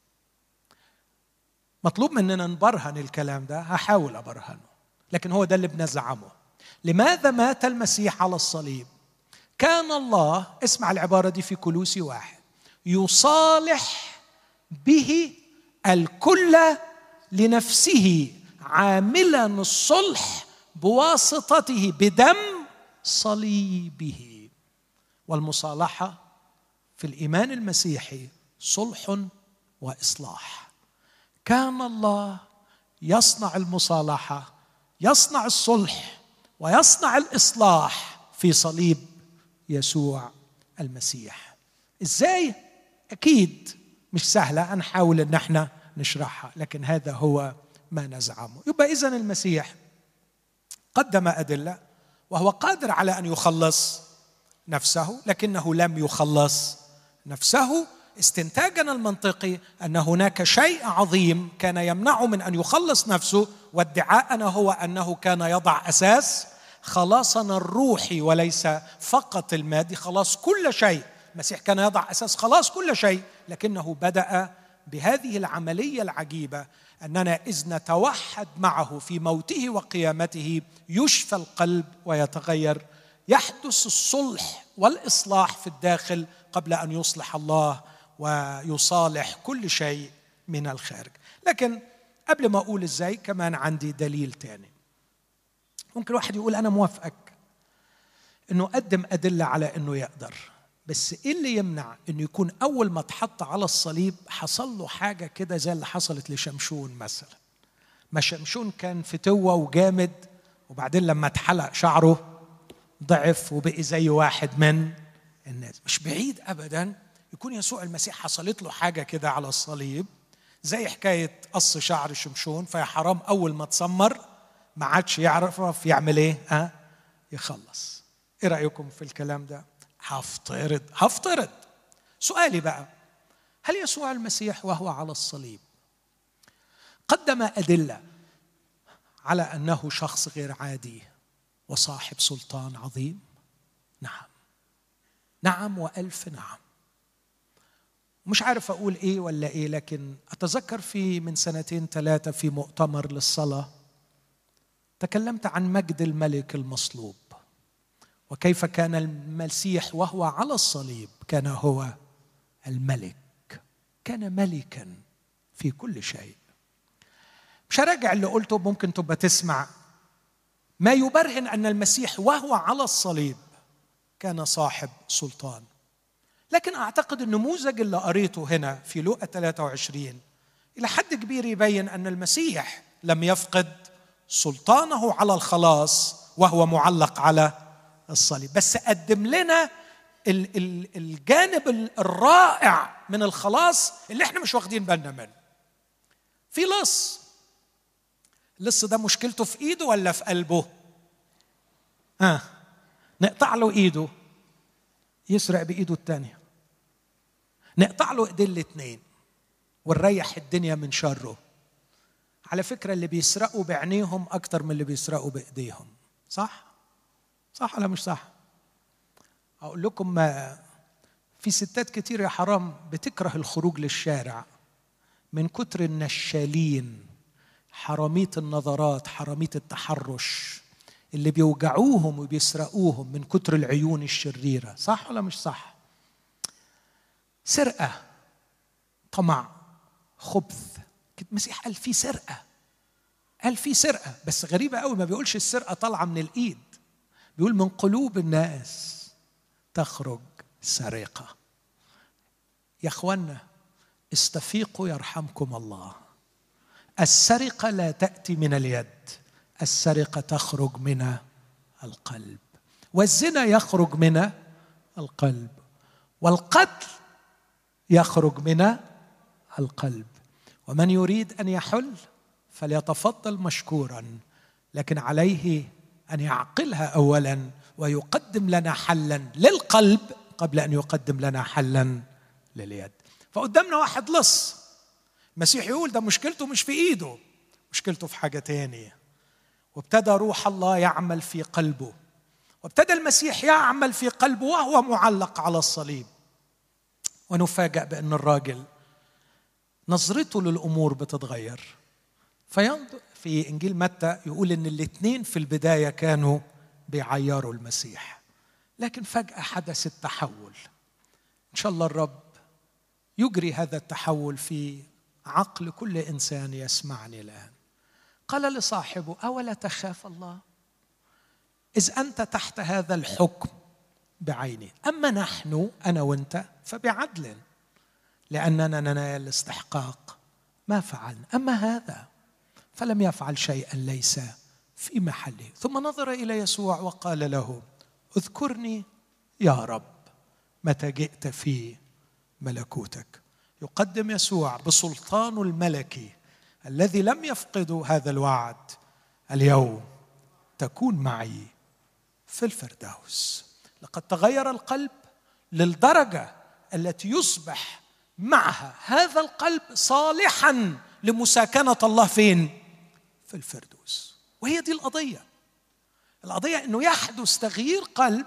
مطلوب مننا نبرهن الكلام ده، هحاول أبرهنه، لكن هو ده اللي بنزعمه. لماذا مات المسيح على الصليب؟ كان الله، اسمع العبارة دي في كولوسي 1، يصالح به الكل لنفسه، عاملا الصلح بواسطته بدم صليبه. والمصالحة في الإيمان المسيحي صلح وإصلاح. كان الله يصنع المصالحة، يصنع الصلح ويصنع الإصلاح في صليب يسوع المسيح. إزاي؟ أكيد مش سهلة، هنحاول إن احنا نشرحها، لكن هذا هو ما نزعمه. يبقى إذن المسيح قدم أدلة وهو قادر على أن يخلص نفسه، لكنه لم يخلص نفسه. استنتاجنا المنطقي أن هناك شيء عظيم كان يمنعه من أن يخلص نفسه، وادعاءنا هو أنه كان يضع أساس خلاصنا الروحي وليس فقط المادي، خلاص كل شيء. المسيح كان يضع أساس خلاص كل شيء، لكنه بدأ بهذه العملية العجيبة أننا إذ نتوحد معه في موته وقيامته يشفى القلب ويتغير، يحدث الصلح والإصلاح في الداخل قبل أن يصلح الله ويصالح كل شيء من الخارج. لكن قبل ما أقول إزاي، كمان عندي دليل تاني. ممكن واحد يقول أنا موافقك أنه قدم أدلة على أنه يقدر، بس إيه اللي يمنع أنه يكون أول ما اتحط على الصليب حصل له حاجة كده زي اللي حصلت لشمشون مثلا؟ ما شمشون كان فتوة وجامد، وبعدين لما اتحلق شعره ضعف وبقي زي واحد من الناس. مش بعيد أبدا يكون يسوع المسيح حصلت له حاجة كده على الصليب زي حكاية قص شعر شمشون، فيا حرام أول ما تسمر ما عادش يعرف يعمل إيه، يخلص. إيه رأيكم في الكلام ده؟ هفترض سؤالي بقى، هل يسوع المسيح وهو على الصليب قدم أدلة على أنه شخص غير عادي وصاحب سلطان عظيم؟ نعم وألف نعم. مش عارف أقول إيه ولا إيه، لكن أتذكر من 2-3 في مؤتمر للصلاة تكلمت عن مجد الملك المصلوب، وكيف كان المسيح وهو على الصليب كان هو الملك، كان ملكا في كل شيء. مش هراجع اللي قلته، ممكن تبقى تسمع ما يبرهن أن المسيح وهو على الصليب كان صاحب سلطان. لكن أعتقد النموذج اللي قريته هنا في لوقا 23 إلى حد كبير يبين أن المسيح لم يفقد سلطانه على الخلاص وهو معلق على الصليب، بس قدم لنا الجانب الرائع من الخلاص اللي احنا مش واخدين بالنا منه. في اللص ده مشكلته في ايده ولا في قلبه؟ نقطع له ايده يسرق بايده التانية، نقطع له ايدين الاتنين ونريح الدنيا من شره. على فكرة اللي بيسرقوا بعينيهم اكتر من اللي بيسرقوا بايديهم، صح ولا مش صح؟ اقول لكم، في ستات كتير يا حرام بتكره الخروج للشارع من كتر النشالين، حرامية النظرات، حرامية التحرش، اللي بيوجعوهم وبيسرقوهم من كتر العيون الشريرة. صح ولا مش صح؟ سرقة، طمع، خبث. المسيح قال في سرقة، بس غريبة قوي ما بيقولش السرقة طالعة من الإيد، بيقول من قلوب الناس تخرج سرقة. يا أخوانا استفيقوا يرحمكم الله. السرقة لا تأتي من اليد، السرقة تخرج من القلب، والزنا يخرج من القلب، والقتل يخرج من القلب. ومن يريد أن يحل فليتفضل مشكورا، لكن عليه أن يعقلها أولا ويقدم لنا حلا للقلب قبل أن يقدم لنا حلا لليد. فقدامنا واحد لص، المسيح يقول ده مشكلته مش في إيده، مشكلته في حاجة تانية. وابتدى روح الله يعمل في قلبه، وابتدى المسيح يعمل في قلبه وهو معلق على الصليب. ونفاجأ بأن الراجل نظرته للأمور بتتغير. فينظر في إنجيل متى يقول إن الاثنين في البداية كانوا بيعيروا المسيح، لكن فجأة حدث التحول. إن شاء الله الرب يجري هذا التحول في عقل كل إنسان يسمعني الآن. قال لصاحبه أولا تخاف الله إذ أنت تحت هذا الحكم بعينه، أما نحن أنا وأنت فبعدل لأننا ننال استحقاق ما فعلنا، أما هذا فلم يفعل شيئا ليس في محله. ثم نظر إلى يسوع وقال له اذكرني يا رب متى جئت في ملكوتك. يقدم يسوع بسلطانه الملكي الذي لم يفقده هذا الوعد، اليوم تكون معي في الفردوس. لقد تغير القلب للدرجة التي يصبح معها هذا القلب صالحا لمساكنة الله فين؟ في الفردوس. وهي دي القضية أنه يحدث تغيير قلب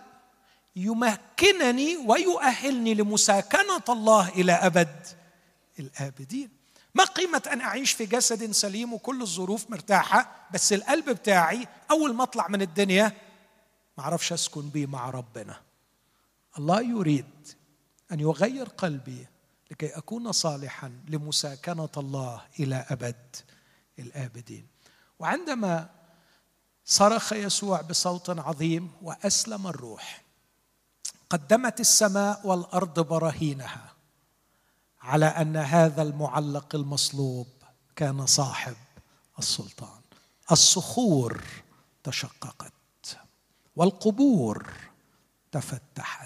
يمكنني ويؤهلني لمساكنة الله إلى أبد الآبدين. ما قيمة أن أعيش في جسد سليم وكل الظروف مرتاحة، بس القلب بتاعي أول ما أطلع من الدنيا ما أعرفش أسكن بيه مع ربنا. الله يريد أن يغير قلبي لكي أكون صالحا لمساكنة الله إلى أبد الآبدين. وعندما صرخ يسوع بصوت عظيم وأسلم الروح، قدمت السماء والأرض براهينها على أن هذا المعلق المصلوب كان صاحب السلطان. الصخور تشققت والقبور تفتحت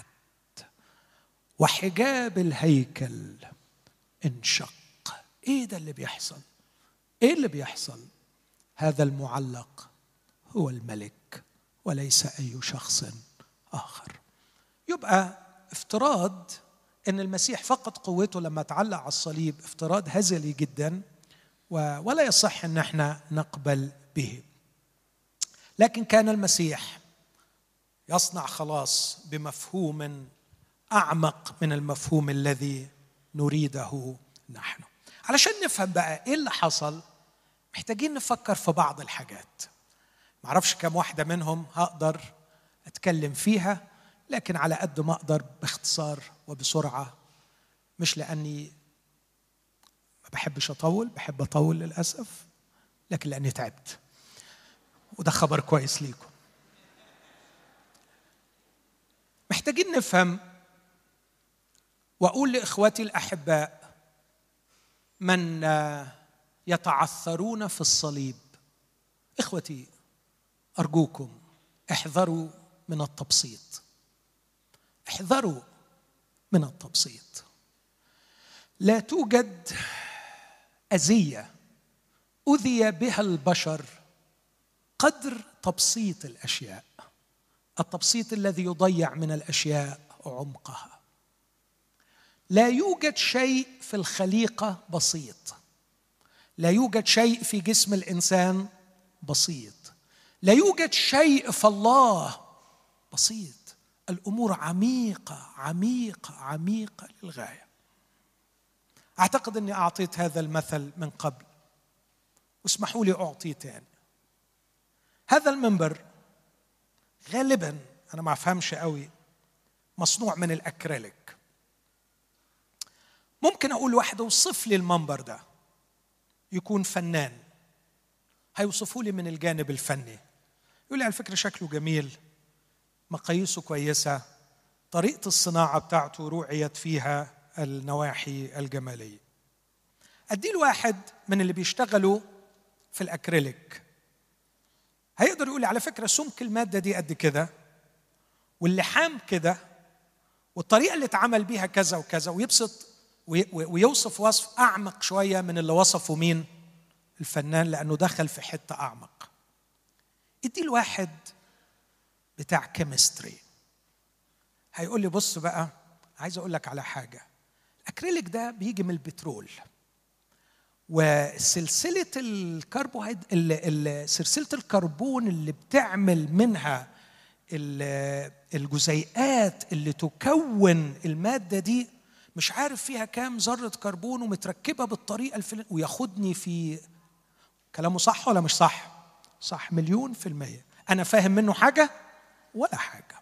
وحجاب الهيكل انشق. ايه ده اللي بيحصل؟ ايه اللي بيحصل؟ هذا المعلق هو الملك وليس اي شخص اخر. يبقى افتراض ان المسيح فقد قوته لما تعلق على الصليب افتراض هزلي جدا ولا يصح ان احنا نقبل به. لكن كان المسيح يصنع خلاص بمفهوم اعمق من المفهوم الذي نريده نحن. علشان نفهم بقى ايه اللي حصل محتاجين نفكر في بعض الحاجات. معرفش كم واحدة منهم هقدر اتكلم فيها، لكن على قد ما اقدر باختصار وبسرعة، مش لاني ما بحبش اطول، بحب اطول للاسف، لكن لاني تعبت، وده خبر كويس ليكم. محتاجين نفهم واقول لاخواتي الاحباء من يتعثرون في الصليب، اخوتي ارجوكم احذروا من التبسيط، احذروا من التبسيط. لا توجد أذية أذي بها البشر قدر تبسيط الأشياء، التبسيط الذي يضيع من الأشياء عمقها. لا يوجد شيء في الخليقة بسيط، لا يوجد شيء في جسم الإنسان بسيط، لا يوجد شيء في الله بسيط. الأمور عميقة عميقة عميقة للغاية. أعتقد أني أعطيت هذا المثل من قبل، واسمحوا لي أعطيه تاني. هذا المنبر غالباً أنا ما أفهمش قوي مصنوع من الأكريليك. ممكن أقول واحد وصف لي المنبر ده، يكون فنان، هيوصفوا لي من الجانب الفني، يقول لي على فكرة شكله جميل، مقاييسه كويسة، طريقة الصناعة بتاعته روعيت فيها النواحي الجمالية. أدي الواحد من اللي بيشتغلوا في الأكريليك هيقدر يقول لي على فكرة سمك المادة دي قد كده، واللحام كده، والطريقة اللي اتعمل بيها كذا وكذا، ويبسط ويوصف وصف أعمق شوية من اللي وصفه مين؟ الفنان، لأنه دخل في حتة أعمق. ادي الواحد بتاع كيمستري هيقول لي بص بقى، عايز أقول لك على حاجة، الأكريليك ده بيجي من البترول، وسلسلة سلسلة الكربون اللي بتعمل منها الجزيئات اللي تكون المادة دي مش عارف فيها كام ذرة كربون ومتركبة بالطريقة الفلانية، وياخدني في كلامه صح ولا مش صح؟ صح 1,000,000%. أنا فاهم منه حاجة ولا حاجة.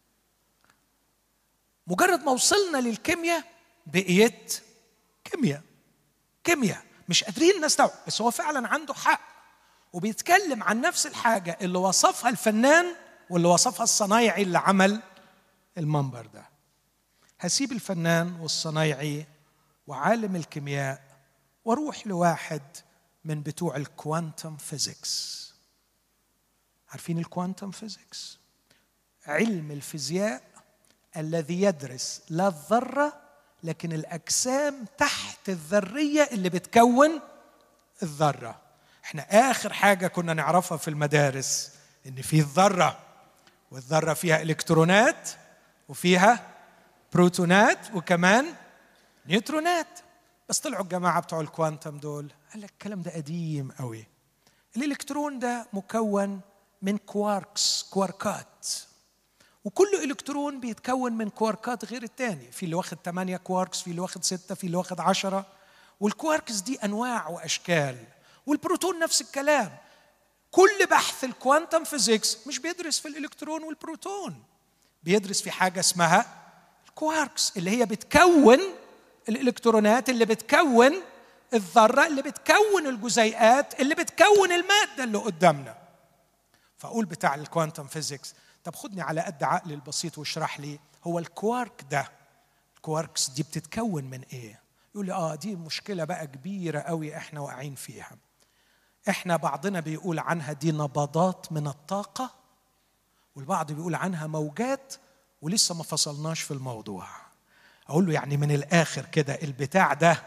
مجرد ما وصلنا للكيمياء بقيت كيمياء مش قادرين نستوعب، بس هو فعلا عنده حق، وبيتكلم عن نفس الحاجة اللي وصفها الفنان واللي وصفها الصنايعي اللي عمل المنبر ده. هسيب الفنان والصنايعي وعالم الكيمياء واروح لواحد من بتوع الكوانتم فيزيكس. عارفين الكوانتم فيزيكس؟ علم الفيزياء الذي يدرس لا الذرة لكن الأجسام تحت الذرية اللي بتكون الذرة. احنا آخر حاجة كنا نعرفها في المدارس إن في الذرة، والذرة فيها إلكترونات وفيها بروتونات وكمان نيوترونات. بس طلعوا الجماعة بتوع الكوانتم دول قال لك الكلام ده قديم قوي. الإلكترون ده مكون من كواركات، وكل إلكترون بيتكون من كواركات غير التاني، في اللي واخد 8 كواركس، في اللي واخد 6، في اللي واخد 10، والكواركس دي أنواع وأشكال، والبروتون نفس الكلام. كل بحث الكوانتم فيزيكس مش بيدرس في الإلكترون والبروتون، بيدرس في حاجة اسمها الكواركس اللي هي بتكون الإلكترونات، اللي بتكون الذرة، اللي بتكون الجزيئات، اللي بتكون المادة اللي قدامنا. فأقول بتاع الكوانتم فيزيكس طب خدني على قد عقلي البسيط واشرح لي هو الكوارك ده، الكواركس دي بتتكون من ايه؟ يقول لي دي مشكلة بقى كبيرة قوي احنا واقعين فيها. احنا بعضنا بيقول عنها دي نبضات من الطاقة، والبعض بيقول عنها موجات، ولسه ما فصلناش في الموضوع. اقول له يعني من الاخر كده البتاع ده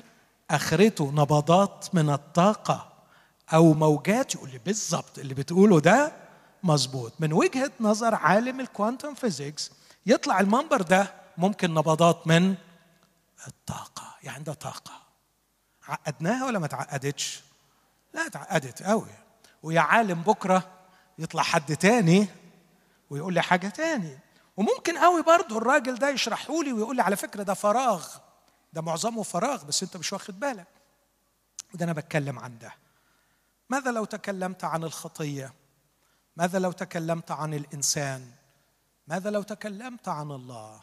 اخرته نبضات من الطاقة او موجات؟ يقول لي بالظبط اللي بتقوله ده مظبوط. من وجهة نظر عالم الكوانتم فيزيكس يطلع المنبر ده ممكن نبضات من الطاقة، يعني ده طاقة. عقدناها ولا ما تعقدتش؟ لا تعقدت قوي. ويا عالم بكرة يطلع حد تاني ويقول لي حاجة تاني، وممكن قوي برضو الراجل ده يشرحه لي ويقول لي على فكرة ده فراغ، ده معظمه فراغ بس انت مش واخد بالك. وده انا بتكلم عن ده. ماذا لو تكلمت عن الخطية؟ ماذا لو تكلمت عن الإنسان؟ ماذا لو تكلمت عن الله؟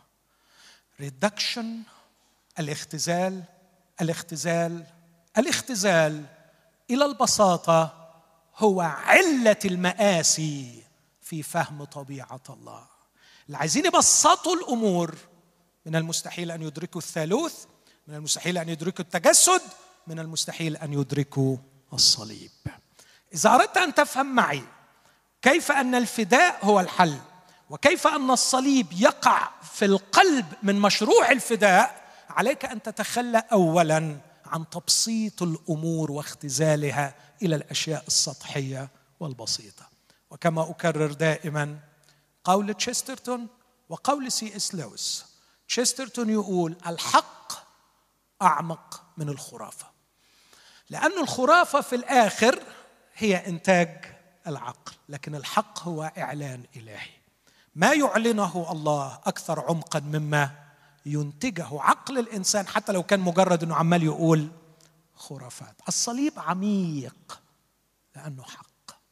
ريدكشن، الاختزال، الاختزال، الاختزال إلى البساطة هو علة المآسي في فهم طبيعة الله. اللي عايزين يبسطوا الأمور من المستحيل أن يدركوا الثالوث، من المستحيل أن يدركوا التجسد، من المستحيل أن يدركوا الصليب. إذا أردت أن تفهم معي كيف أن الفداء هو الحل، وكيف أن الصليب يقع في القلب من مشروع الفداء، عليك أن تتخلى أولاً عن تبسيط الأمور واختزالها إلى الأشياء السطحية والبسيطة. وكما أكرر دائماً قول تشسترتون وقول سي إس لويس. تشسترتون يقول الحق أعمق من الخرافة، لأن الخرافة في الآخر هي إنتاج العقل، لكن الحق هو إعلان إلهي. ما يعلنه الله أكثر عمقاً مما ينتجه عقل الإنسان، حتى لو كان مجرد أنه عمال يقول خرافات. الصليب عميق لأنه حق.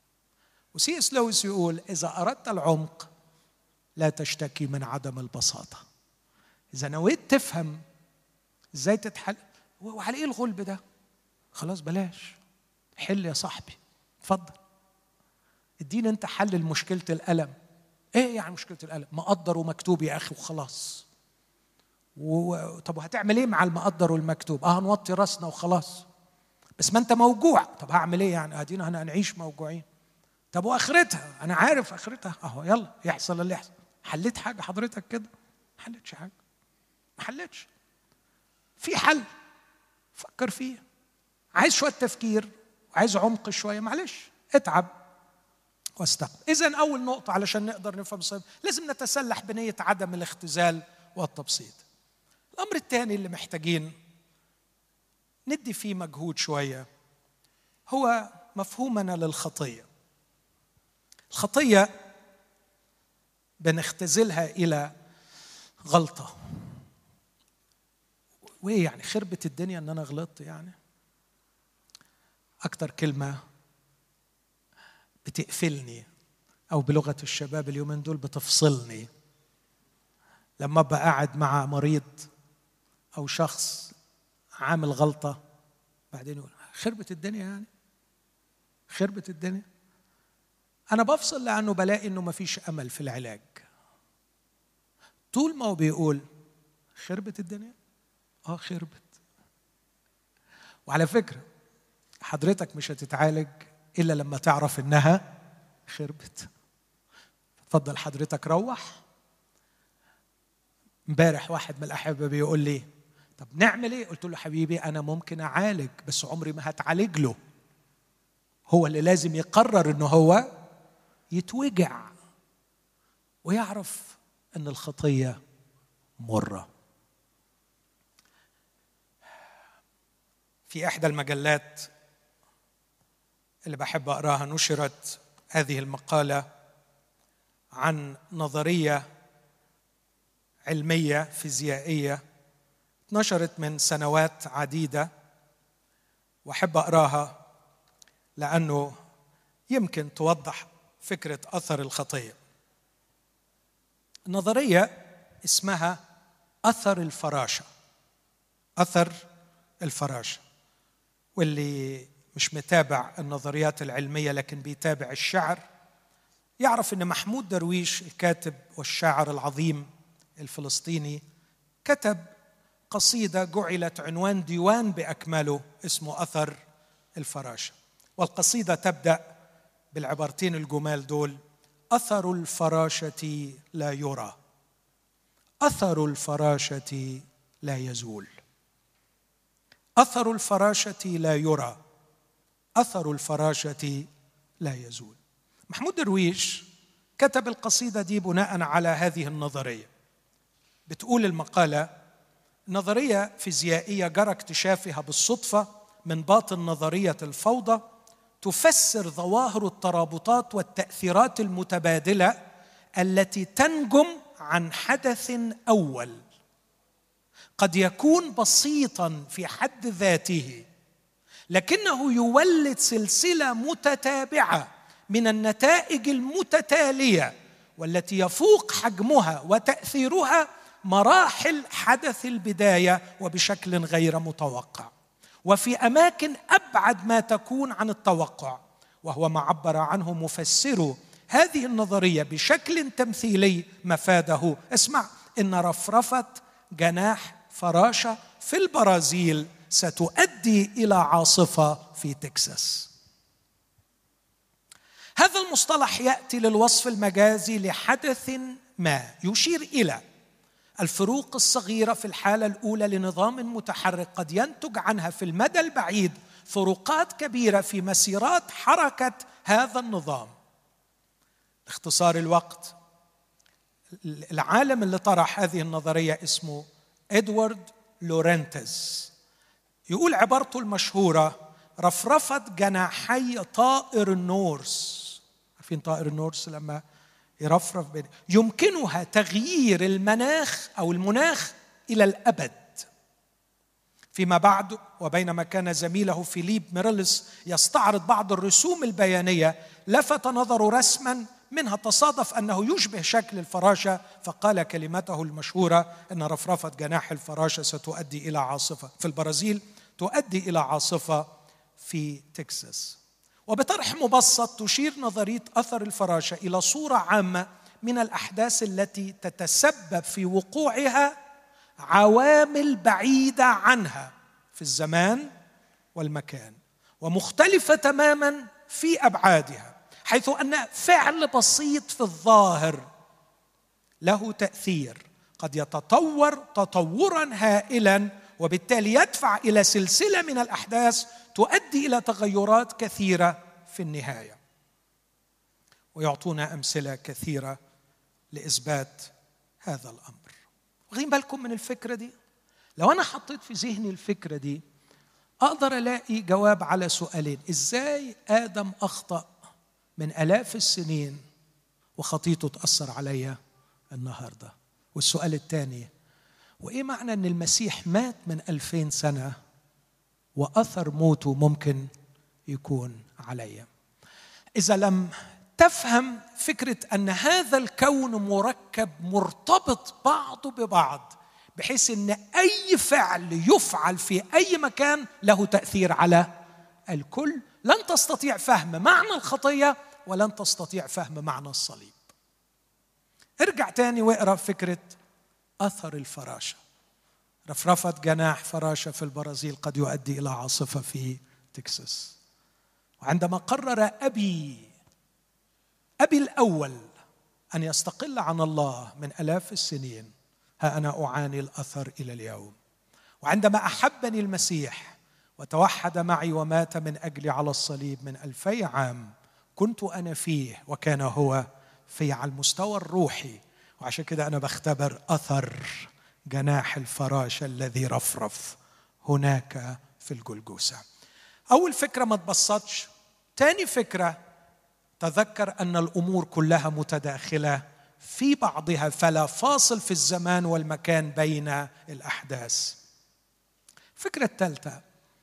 وسي إس لويس يقول إذا أردت العمق لا تشتكي من عدم البساطة. إذا نويت تفهم إزاي تتحل، وعلى إيه الغلب ده؟ خلاص بلاش، حل يا صاحبي، اتفضل اديني انت حل لمشكلة الألم. ايه يعني مشكلة الألم؟ مقدر ومكتوب يا أخي وخلاص. طب وهتعمل ايه مع المقدر والمكتوب؟ هنوطي راسنا وخلاص. بس ما انت موجوع. طب هعمل ايه يعني؟ ادينا هنعيش موجوعين. طب واخرتها؟ انا عارف اخرتها اهو، يلا يحصل اللي يحصل. حليت حاجة حضرتك كده؟ ما حلتش حاجة، ما حلتش. في حل، فكر فيه. عايز شوية تفكير وعايز عمق شوية، معلش اتعب واستقبل. إذن أول نقطة علشان نقدر نفهم الصليب لازم نتسلح بنية عدم الاختزال والتبسيط. الأمر الثاني اللي محتاجين ندي فيه مجهود شوية هو مفهومنا للخطية. الخطية بنختزلها إلى غلطة. وإيه يعني خربت الدنيا إن أنا غلطت؟ يعني أكتر كلمة بتقفلني أو بلغة الشباب اليومين دول بتفصلني لما أبقى قاعد مع مريض أو شخص عامل غلطة بعدين يقول خربت الدنيا، يعني خربت الدنيا. أنا بفصل لأنه بلاقي إنه مفيش أمل في العلاج. طول ما هو بيقول خربت الدنيا، خربت. وعلى فكرة حضرتك مش هتتعالج إلا لما تعرف إنها خربت. اتفضل حضرتك روح. امبارح واحد من الأحبة بيقول لي طب نعمل إيه؟ قلت له حبيبي أنا ممكن أعالج بس عمري ما هتعالج له. هو اللي لازم يقرر إنه هو يتوجع ويعرف إن الخطية مرة. في إحدى المجلات اللي بحب أقراها نشرت هذه المقالة عن نظرية علمية فيزيائية نشرت من سنوات عديدة، وأحب أقراها لأنه يمكن توضح فكرة أثر الخطية. النظرية اسمها أثر الفراشة. أثر الفراشة. واللي مش متابع النظريات العلمية لكن بيتابع الشعر يعرف أن محمود درويش الكاتب والشاعر العظيم الفلسطيني كتب قصيدة جعلت عنوان ديوان بأكمله اسمه أثر الفراشة. والقصيدة تبدأ بالعبارتين الجمال دول: أثر الفراشة لا يرى، أثر الفراشة لا يزول. أثر الفراشة لا يرى، أثر الفراشة لا يزول. محمود درويش كتب القصيدة دي بناء على هذه النظرية. بتقول المقالة: نظرية فيزيائية جرى اكتشافها بالصدفة من باطن نظرية الفوضى، تفسر ظواهر الترابطات والتأثيرات المتبادلة التي تنجم عن حدث أول قد يكون بسيطاً في حد ذاته، لكنه يولد سلسلة متتابعة من النتائج المتتالية، والتي يفوق حجمها وتأثيرها مراحل حدث البداية وبشكل غير متوقع، وفي أماكن أبعد ما تكون عن التوقع. وهو ما عبر عنه مفسرو هذه النظرية بشكل تمثيلي مفاده. اسمع: إن رفرفة جناح فراشة في البرازيل ستؤدي إلى عاصفة في تكساس. هذا المصطلح يأتي للوصف المجازي لحدث ما يشير إلى الفروق الصغيرة في الحالة الأولى لنظام متحرك قد ينتج عنها في المدى البعيد فروقات كبيرة في مسيرات حركة هذا النظام. لاختصار الوقت، العالم اللي طرح هذه النظرية اسمه إدوارد لورنتز. يقول عبارته المشهورة: رفرفة جناحي طائر النورس. عارفين طائر النورس لما يرفرف يمكنها تغيير المناخ أو المناخ إلى الأبد. فيما بعد، وبينما كان زميله فيليب ميرلس يستعرض بعض الرسوم البيانية، لفت نظره رسما منها تصادف أنه يشبه شكل الفراشة، فقال كلمته المشهورة: إن رفرفة جناح الفراشة ستؤدي إلى عاصفة في البرازيل، تؤدي إلى عاصفة في تكساس. وبطرح مبسط تشير نظرية أثر الفراشة إلى صورة عامة من الأحداث التي تتسبب في وقوعها عوامل بعيدة عنها في الزمان والمكان، ومختلفة تماما في أبعادها، حيث أن فعل بسيط في الظاهر له تأثير قد يتطور تطورا هائلا، وبالتالي يدفع إلى سلسلة من الأحداث تؤدي إلى تغيرات كثيرة في النهاية. ويعطونا أمثلة كثيرة لإثبات هذا الأمر. واخدين بالكم من الفكرة دي؟ لو أنا حطيت في ذهني الفكرة دي أقدر ألاقي جواب على سؤالين: إزاي آدم أخطأ من آلاف السنين وخطيته تأثر عليا النهاردة؟ والسؤال الثاني: وإيه معنى أن المسيح مات من 2000 سنة وأثر موته ممكن يكون عليا؟ إذا لم تفهم فكرة أن هذا الكون مركب مرتبط بعضه ببعض، بحيث أن أي فعل يفعل في أي مكان له تأثير على الكل، لن تستطيع فهم معنى الخطية ولن تستطيع فهم معنى الصليب. ارجع تاني واقرأ فكرة أثر الفراشة. رفرفة جناح فراشة في البرازيل قد يؤدي إلى عاصفة في تكساس. وعندما قرر أبي الأول أن يستقل عن الله من آلاف السنين، ها أنا أعاني الأثر إلى اليوم. وعندما أحبني المسيح وتوحد معي ومات من أجلي على الصليب من 2000 عام، كنت أنا فيه وكان هو في على المستوى الروحي. وعشان كده أنا بختبر أثر جناح الفراشة الذي رفرف هناك في الجلجوسة. أول فكرة ما تبسطش. تاني فكرة: تذكر أن الأمور كلها متداخلة في بعضها، فلا فاصل في الزمان والمكان بين الأحداث. الفكرة الثالثة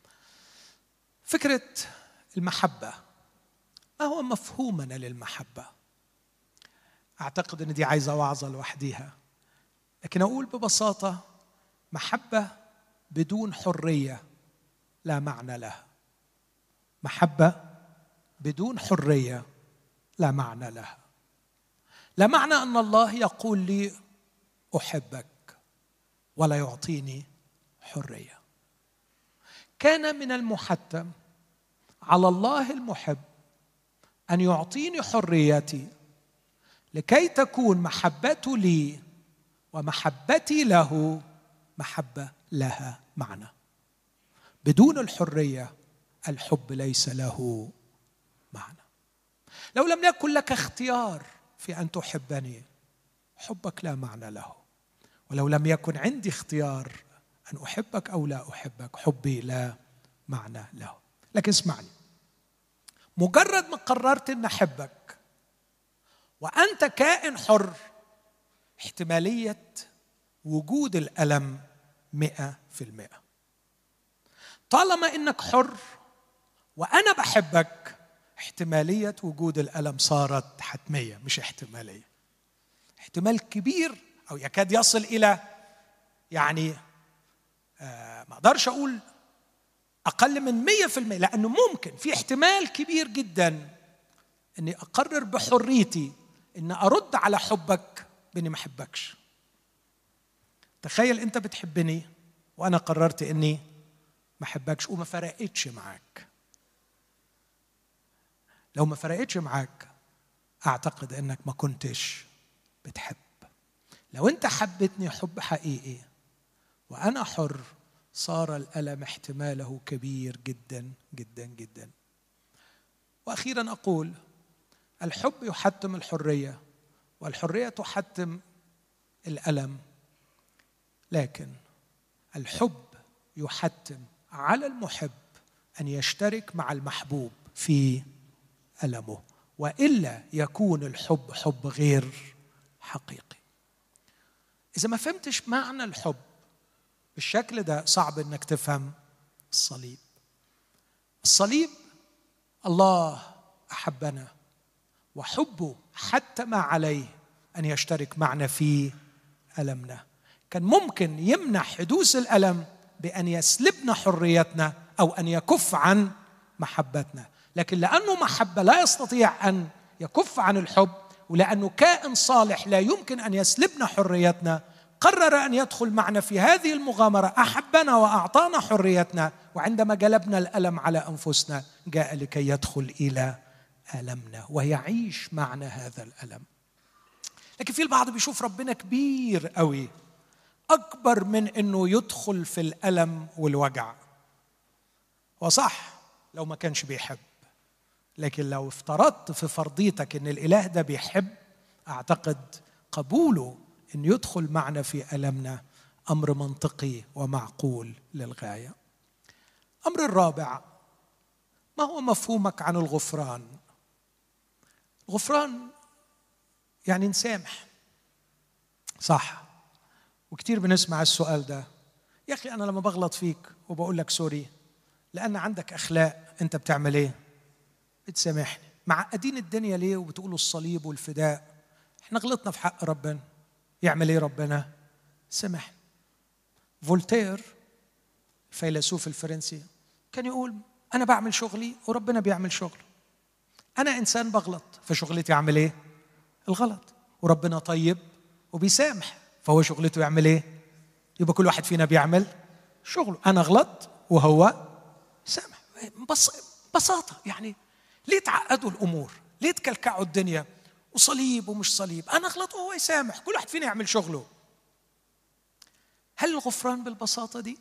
فكرة المحبة. ما هو مفهومنا للمحبة؟ أعتقد أن دي عايزة وعظة لوحديها، لكن أقول ببساطة: محبة بدون حرية لا معنى لها. محبة بدون حرية لا معنى لها. لا معنى أن الله يقول لي أحبك ولا يعطيني حرية. كان من المحتم على الله المحب أن يعطيني حريتي لكي تكون محبته لي ومحبتي له محبة لها معنى. بدون الحرية الحب ليس له معنى. لو لم يكن لك اختيار في أن تحبني حبك لا معنى له، ولو لم يكن عندي اختيار أن أحبك أو لا أحبك حبي لا معنى له. لكن اسمعني، مجرد ما قررت أن أحبك وأنت كائن حر، احتمالية وجود الألم 100%. طالما إنك حر وأنا بحبك، احتمالية وجود الألم صارت حتمية مش احتمالية. احتمال كبير أو يكاد يصل إلى ما أقدرش أقول أقل من 100%، لأنه ممكن في احتمال كبير جدا أني أقرر بحريتي أن أرد على حبك بأني ما أحبكش. تخيل أنت بتحبني وأنا قررت أني ما أحبكش وما فرقتش معاك. لو ما فرقتش معاك أعتقد أنك ما كنتش بتحب. لو أنت حبتني حب حقيقي وأنا حر، صار الألم احتماله كبير جدا جدا جدا. وأخيرا أقول، الحب يحتم الحرية والحرية تحتم الألم، لكن الحب يحتم على المحب أن يشترك مع المحبوب في ألمه، وإلا يكون الحب حب غير حقيقي. إذا ما فهمتش معنى الحب بالشكل ده صعب إنك تفهم الصليب. الصليب الله أحبنا وحبه حتى ما عليه أن يشترك معنا في ألمنا. كان ممكن يمنع حدوث الألم بأن يسلبنا حريتنا أو أن يكف عن محبتنا، لكن لأنه محبة لا يستطيع أن يكف عن الحب، ولأنه كائن صالح لا يمكن أن يسلبنا حريتنا، قرر أن يدخل معنا في هذه المغامرة. أحبنا وأعطانا حريتنا، وعندما جلبنا الألم على أنفسنا جاء لكي يدخل إلى ألمنا ويعيش معنا هذا الألم. لكن في البعض بيشوف ربنا كبير قوي، أكبر من أنه يدخل في الألم والوجع. وصح لو ما كانش بيحب، لكن لو افترضت في فرضيتك أن الإله ده بيحب، أعتقد قبوله أن يدخل معنا في ألمنا أمر منطقي ومعقول للغاية. أمر الرابع، ما هو مفهومك عن الغفران؟ الغفران يعني نسامح، صح؟ وكتير بنسمع السؤال ده، يا أخي أنا لما بغلط فيك وبقول لك سوري لأن عندك أخلاق، أنت بتعمل إيه؟ بتسامحني. معقدين الدنيا ليه وبتقولوا الصليب والفداء؟ إحنا غلطنا في حق ربنا، يعمل إيه ربنا؟ سامحنا. فولتير الفيلسوف الفرنسي كان يقول أنا بعمل شغلي وربنا بيعمل شغله. أنا إنسان بغلط فشغلتي أعمل إيه؟ الغلط. وربنا طيب وبيسامح، فهو شغلته يعمل إيه؟ يبقى كل واحد فينا بيعمل شغله. أنا غلط وهو سامح. ببساطة يعني، ليه تعقدوا الأمور؟ ليه تكلكعوا الدنيا وصليب ومش صليب؟ أنا أغلط وهو يسامح، كل واحد فينا يعمل شغله. هل الغفران بالبساطة دي؟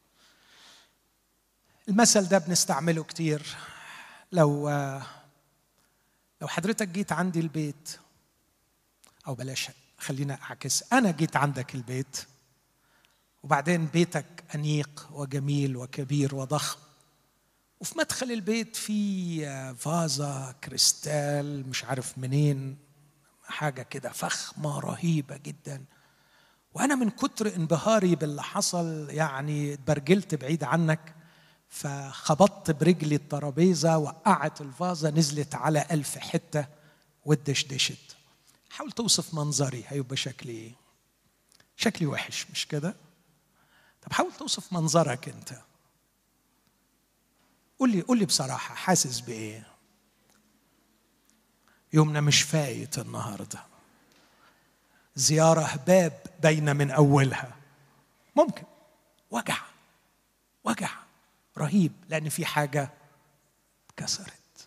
المثل ده بنستعمله كتير. لو حضرتك جيت عندي البيت، أو بلاش خلينا أعكس، أنا جيت عندك البيت وبعدين بيتك أنيق وجميل وكبير وضخم، وفي مدخل البيت في فازة كريستال مش عارف منين، حاجة كده فخمة رهيبة جدا، وأنا من كتر انبهاري باللي حصل يعني اتبرجلت بعيد عنك، فخبطت برجلي الترابيزة، وقعت الفازة، نزلت على 1000 حتة واتدشدشت. حاول توصف منظري، هيبقى شكلي ايه؟ شكلي وحش مش كده؟ طب حاول توصف منظرك انت. قول لي بصراحة، حاسس بايه؟ يومنا مش فايت النهارده، زيارة هباب باينة من أولها، ممكن وجع رهيب لأن في حاجة اتكسرت.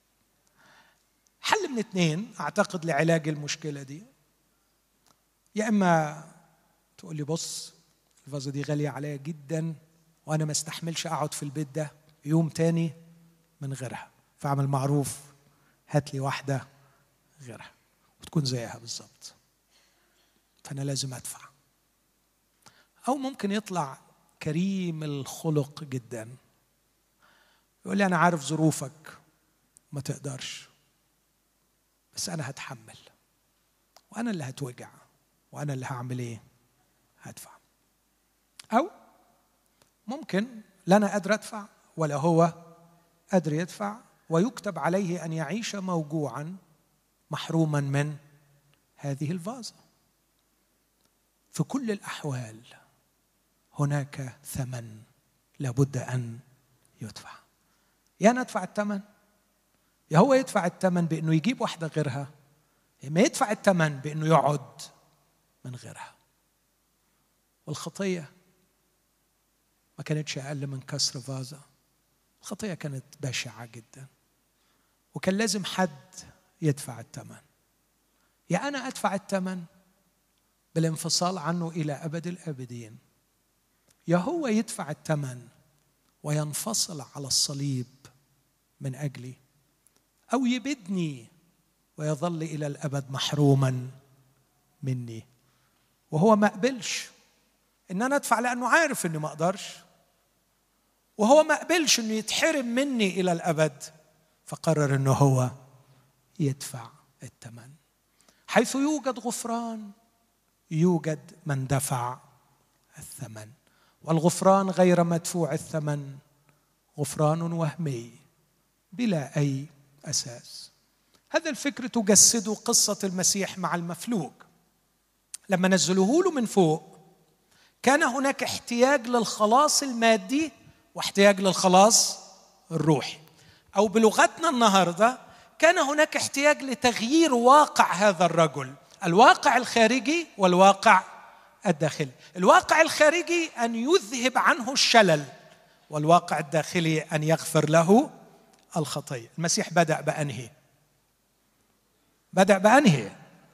حل من اتنين أعتقد لعلاج المشكلة دي. يا إما تقول لي بص، الفازة دي غالية عليا جدا وأنا ما استحملش أقعد في البيت ده يوم تاني من غيرها، فاعمل معروف هات لي واحدة غيرها وتكون زيها بالظبط، فأنا لازم أدفع. أو ممكن يطلع كريم الخلق جدا يقول لي أنا عارف ظروفك ما تقدرش، بس أنا هتحمل وأنا اللي هتوجع وأنا اللي هعمل إيه؟ هدفع. أو ممكن لا أنا قادر أدفع ولا هو قادر يدفع، ويكتب عليه أن يعيش موجوعا محروما من هذه الفازة. في كل الأحوال هناك ثمن لابد أن يدفع. يا أنا أدفع الثمن يا هو يدفع الثمن بأنه يجيب واحدة غيرها، يا ما يدفع الثمن بأنه يقعد من غيرها. والخطية ما كانتش أقل من كسر فازة. الخطية كانت بشعة جدا، وكان لازم حد يدفع الثمن. يا أنا أدفع الثمن بالانفصال عنه إلى أبد الآبدين، يا هو يدفع الثمن وينفصل على الصليب من أجلي، أو يبدني ويظل إلى الأبد محروما مني. وهو ما قبلش إن أنا أدفع لأنه عارف إني ما أقدرش، وهو ما قبلش إنه يتحرم مني إلى الأبد، فقرر إنه هو يدفع الثمن. حيث يوجد غفران يوجد من دفع الثمن، والغفران غير مدفوع الثمن غفران وهمي بلا أي أساس. هذا الفكر تجسده قصة المسيح مع المفلوج. لما نزلوه له من فوق كان هناك احتياج للخلاص المادي واحتياج للخلاص الروحي، أو بلغتنا النهاردة كان هناك احتياج لتغيير واقع هذا الرجل، الواقع الخارجي والواقع الداخلي. الواقع الخارجي أن يذهب عنه الشلل، والواقع الداخلي أن يغفر له الخطية. المسيح بدأ بأنهي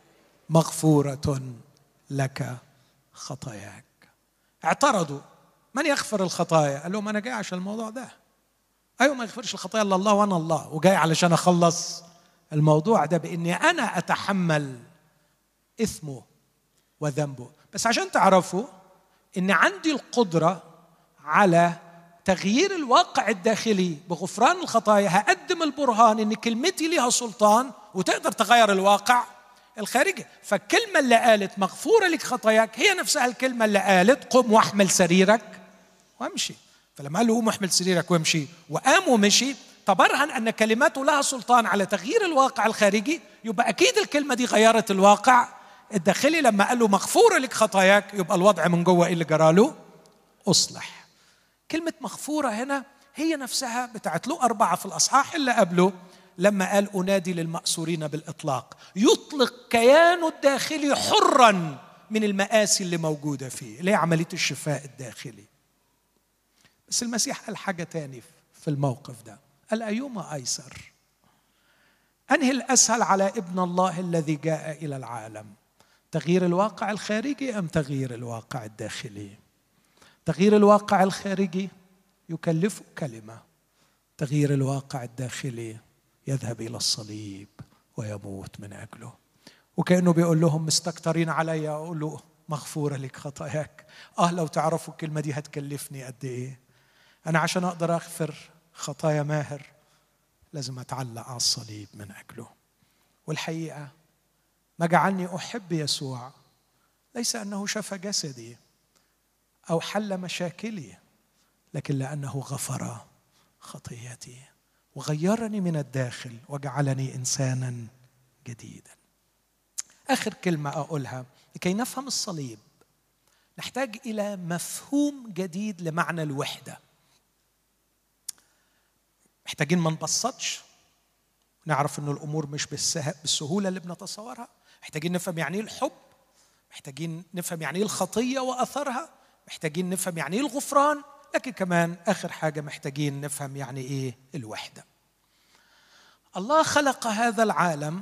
مغفورة لك خطاياك. اعترضوا، من يغفر الخطايا؟ قال لهم أنا جاي عشان الموضوع ده. أيوة، ما يغفرش الخطايا إلا الله وأنا الله، وجاي علشان أخلص الموضوع ده بإني أنا أتحمل إثمه وذنبه. بس عشان تعرفوا إن عندي القدرة على تغيير الواقع الداخلي بغفران الخطايا، هقدم البرهان إن كلمتي لها سلطان وتقدر تغير الواقع الخارجي. فالكلمة اللي قالت مغفورة لك خطاياك هي نفسها الكلمة اللي قالت قم واحمل سريرك وامشي. فلما قال له قم واحمل سريرك وامشي وقام ومشي، تبرهن أن كلماته لها سلطان على تغيير الواقع الخارجي، يبقى أكيد الكلمة دي غيرت الواقع الداخلي. لما قال له مغفورة لك خطاياك يبقى الوضع من جوه اللي جراله أصلح. كلمة مغفورة هنا هي نفسها بتاعت له 4 في الأصحاح اللي قبله، لما قال أنادي للمأسورين بالإطلاق، يطلق كيانه الداخلي حرا من المآسي اللي موجودة فيه، اللي هي عملية الشفاء الداخلي. بس المسيح قال حاجة تاني في الموقف ده، قال أيما أيسر، أنهي الأسهل على ابن الله الذي جاء إلى العالم، تغيير الواقع الخارجي أم تغيير الواقع الداخلي؟ تغيير الواقع الخارجي يكلفه كلمة، تغيير الواقع الداخلي يذهب إلى الصليب ويموت من أجله. وكأنه بيقول لهم مستكترين علي أقول له مغفورة لك خطاياك. لو تعرفوا الكلمة دي هتكلفني قد إيه. أنا عشان أقدر أغفر خطايا ماهر لازم أتعلق على الصليب من أجله. والحقيقة ما جعلني أحب يسوع ليس أنه شفى جسدي أو حل مشاكلي، لكن لأنه غفر خطيئتي وغيرني من الداخل وجعلني إنسانا جديدا. آخر كلمة أقولها، لكي نفهم الصليب نحتاج إلى مفهوم جديد لمعنى الوحدة. محتاجين ما نبسطش، نعرف أن الأمور مش بالسهولة اللي بنتصورها. محتاجين نفهم يعني الحب، محتاجين نفهم يعني الخطية وأثرها، محتاجين نفهم يعني الغفران، لكن كمان آخر حاجة محتاجين نفهم يعني إيه الوحدة. الله خلق هذا العالم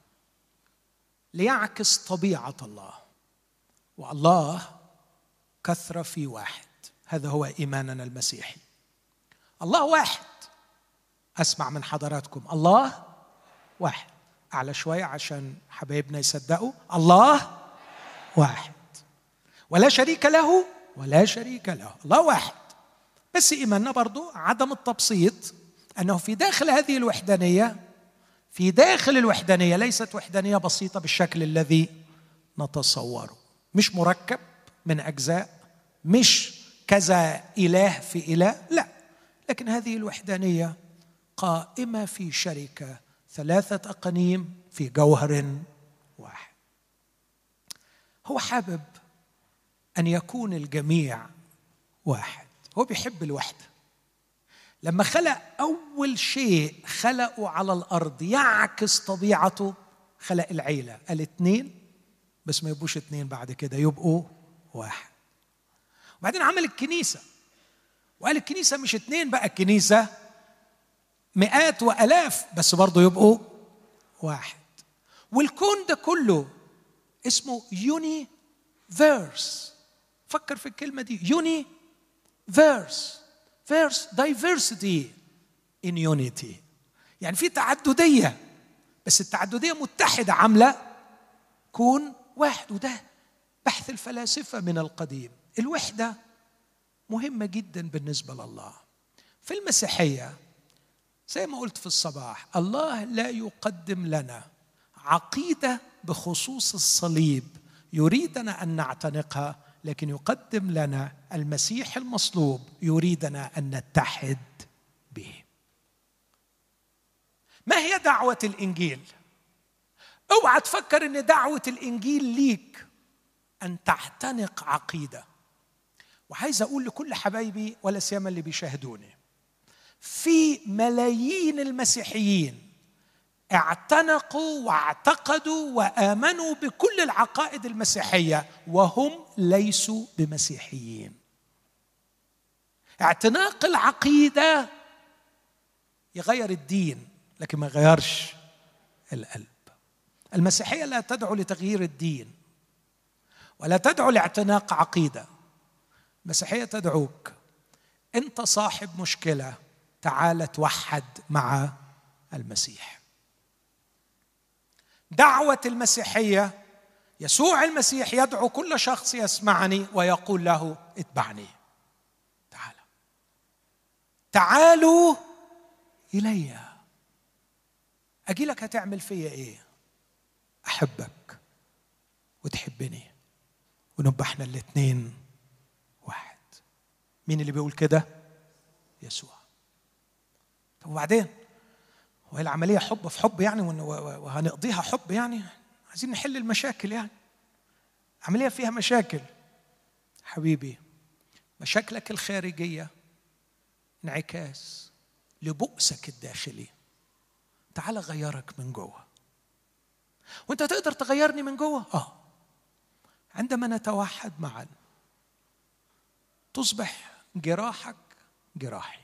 ليعكس طبيعة الله، والله كثرة في واحد. هذا هو إيماننا المسيحي. الله واحد. أسمع من حضراتكم الله واحد. أعلى شوية عشان حبايبنا يصدقوا. الله واحد ولا شريك له ولا شريك له. الله واحد. بس إيماننا برضو عدم التبسيط، أنه في داخل هذه الوحدانية، في داخل الوحدانية ليست وحدانية بسيطة بالشكل الذي نتصوره. مش مركب من أجزاء، مش كذا إله في إله، لا، لكن هذه الوحدانية قائمة في شركة، 3 أقانيم في جوهر واحد. هو حابب أن يكون الجميع واحد. هو بيحب الوحدة. لما خلق أول شيء خلقه على الأرض يعكس طبيعته، خلق العيلة. قال 2 بس ما يبقوش 2 بعد كده، يبقوا واحد. وبعدين عمل الكنيسة، وقال الكنيسة مش 2 بقى، الكنيسة مئات وآلاف بس برضو يبقوا واحد. والكون ده كله اسمه يونيفيرس. فكر في الكلمة دي، يونيفيرس. فيرس diversity in unity، يعني في تعددية بس التعددية متحدة عاملة كون واحد. وده بحث الفلاسفة من القديم. الوحدة مهمة جدا بالنسبة لله. في المسيحية زي ما قلت في الصباح، الله لا يقدم لنا عقيدة بخصوص الصليب يريدنا أن نعتنقها، لكن يقدم لنا المسيح المصلوب يريدنا أن نتحد به. ما هي دعوة الإنجيل؟ اوعى تفكر أن دعوة الإنجيل ليك أن تعتنق عقيدة. وعايز أقول لكل حبايبي ولا سيما اللي بيشاهدوني، في ملايين المسيحيين اعتنقوا واعتقدوا وآمنوا بكل العقائد المسيحية وهم ليسوا بمسيحيين. اعتناق العقيدة يغير الدين لكن ما يغيرش القلب. المسيحية لا تدعو لتغيير الدين ولا تدعو لاعتناق عقيدة. المسيحية تدعوك، أنت صاحب مشكلة، تعال توحد مع المسيح. دعوة المسيحية، يسوع المسيح يدعو كل شخص يسمعني ويقول له اتبعني. تعالوا إلي. أجي لك هتعمل فيا إيه؟ أحبك وتحبني ونبقى احنا الاتنين واحد. مين اللي بيقول كده؟ يسوع. طب وبعدين؟ وهي العملية حب في حب يعني وهنقضيها حب يعني؟ عايزين نحل المشاكل يعني. عملية فيها مشاكل. حبيبي، مشاكلك الخارجية انعكاس لبؤسك الداخلي. تعال غيرك من جوه. وانت تقدر تغيرني من جوه؟ عندما نتوحد معا تصبح جراحك جراحي،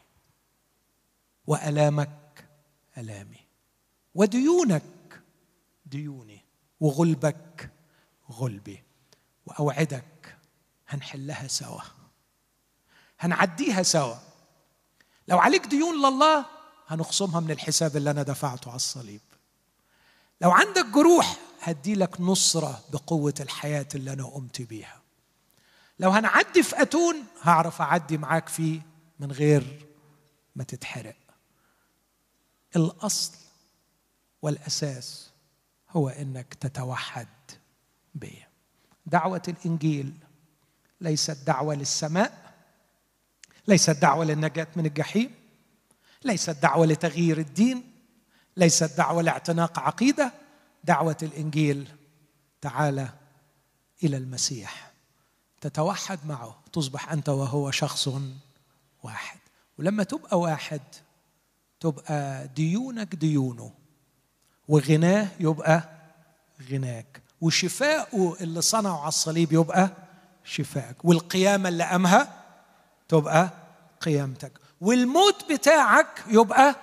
وألامك ألامي، وديونك ديوني، وغلبك غلبي. وأوعدك هنحلها سوا، هنعديها سوا. لو عليك ديون لله هنخصمها من الحساب اللي أنا دفعته على الصليب. لو عندك جروح هدي لك نصرة بقوة الحياة اللي أنا قمت بيها. لو هنعدي في أتون هعرف أعدي معاك فيه من غير ما تتحرق. الأصل والأساس هو إنك تتوحد بيه. دعوة الإنجيل ليست دعوة للسماء، ليست دعوة للنجاة من الجحيم، ليست دعوة لتغيير الدين، ليست دعوة لاعتناق عقيدة. دعوة الإنجيل تعال إلى المسيح، تتوحد معه، تصبح أنت وهو شخص واحد. ولما تبقى واحد تبقى ديونك ديونه، وغناه يبقى غناك، وشفاءه اللي صنعه على الصليب يبقى شفاك، والقيامة اللي قامها تبقى قيامتك، والموت بتاعك يبقى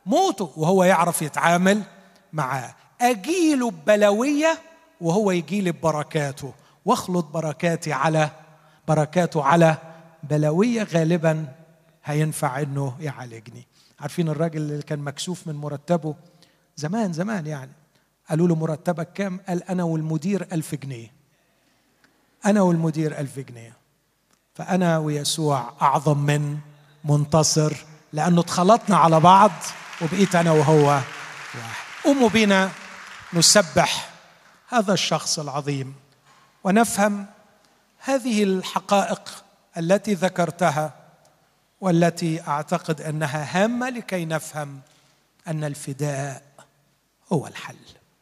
موته وهو يعرف يتعامل معاه. أجيله ببلوية وهو يجيلي ببركاته، واخلط بركاته على بلوية، غالبا هينفع انه يعالجني. عارفين الراجل اللي كان مكسوف من مرتبه زمان يعني، قالوا له مرتبك كام؟ قال أنا والمدير 1000 جنيه. أنا والمدير 1000 جنيه. فأنا ويسوع أعظم من منتصر، لأنه اتخلطنا على بعض وبقيت أنا وهو واحد. قوموا بينا نسبح هذا الشخص العظيم ونفهم هذه الحقائق التي ذكرتها، والتي أعتقد أنها هامة لكي نفهم أن الفداء هو الحل.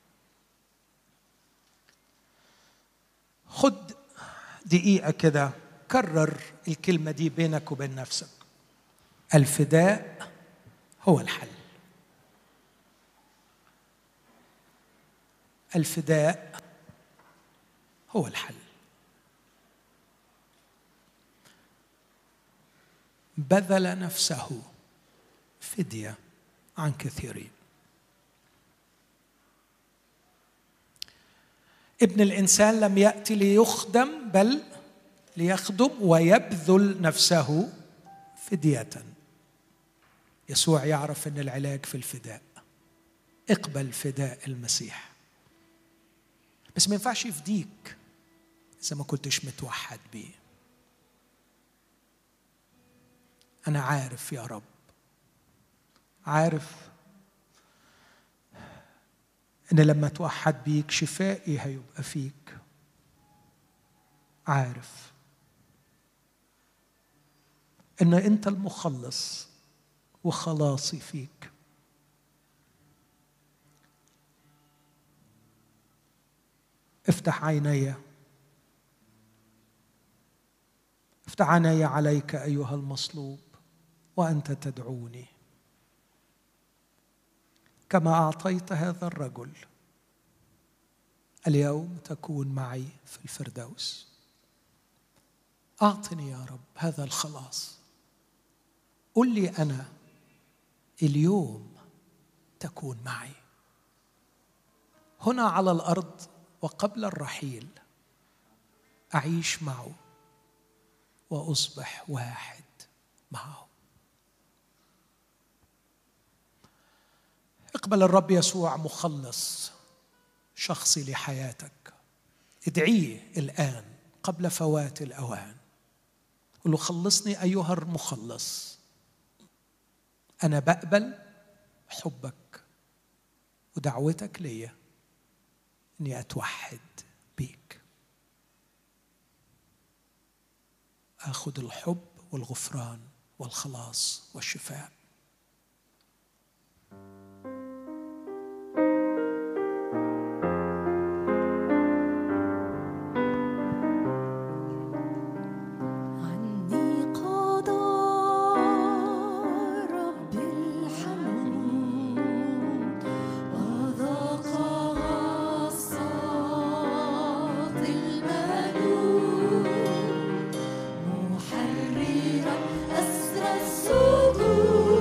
خد دقيقة كده، كرر الكلمة دي بينك وبين نفسك: الفداء هو الحل. الفداء هو الحل. بذل نفسه فدية عن كثيرين. ابن الإنسان لم يأتي ليخدم بل ليخدم ويبذل نفسه فدية. يسوع يعرف أن العلاج في الفداء. اقبل فداء المسيح، بس ما ينفعش يفديك إذا ما كنتش متوحد بيه. أنا عارف يا رب، عارف إن لما توحد بيك شفائي هيبقى فيك. عارف إن أنت المخلص وخلاصي فيك. افتح عيني، افتح عيني عليك أيها المصلوب وأنت تدعوني، كما أعطيت هذا الرجل اليوم تكون معي في الفردوس. أعطني يا رب هذا الخلاص. قل لي أنا اليوم تكون معي هنا على الأرض، وقبل الرحيل أعيش معه وأصبح واحد معه. اقبل الرب يسوع مخلص شخصي لحياتك. ادعيه الآن قبل فوات الأوان. قل له: خلصني أيها المخلص، أنا بقبل حبك ودعوتك ليا أني أتوحد بيك، أخذ الحب والغفران والخلاص والشفاء. أسرى السجود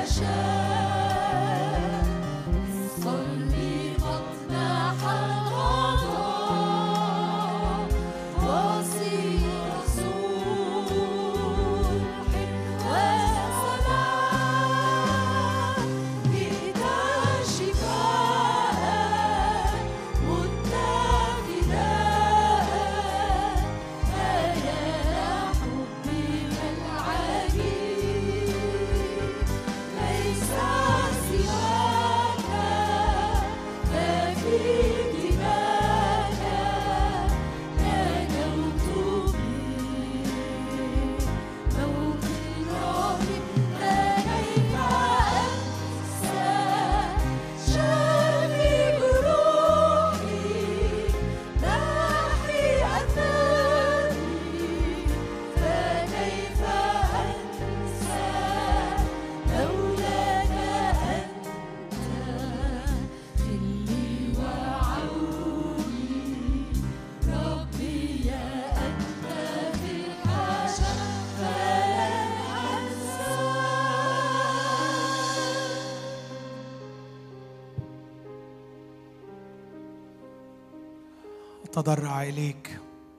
أتضرع إليك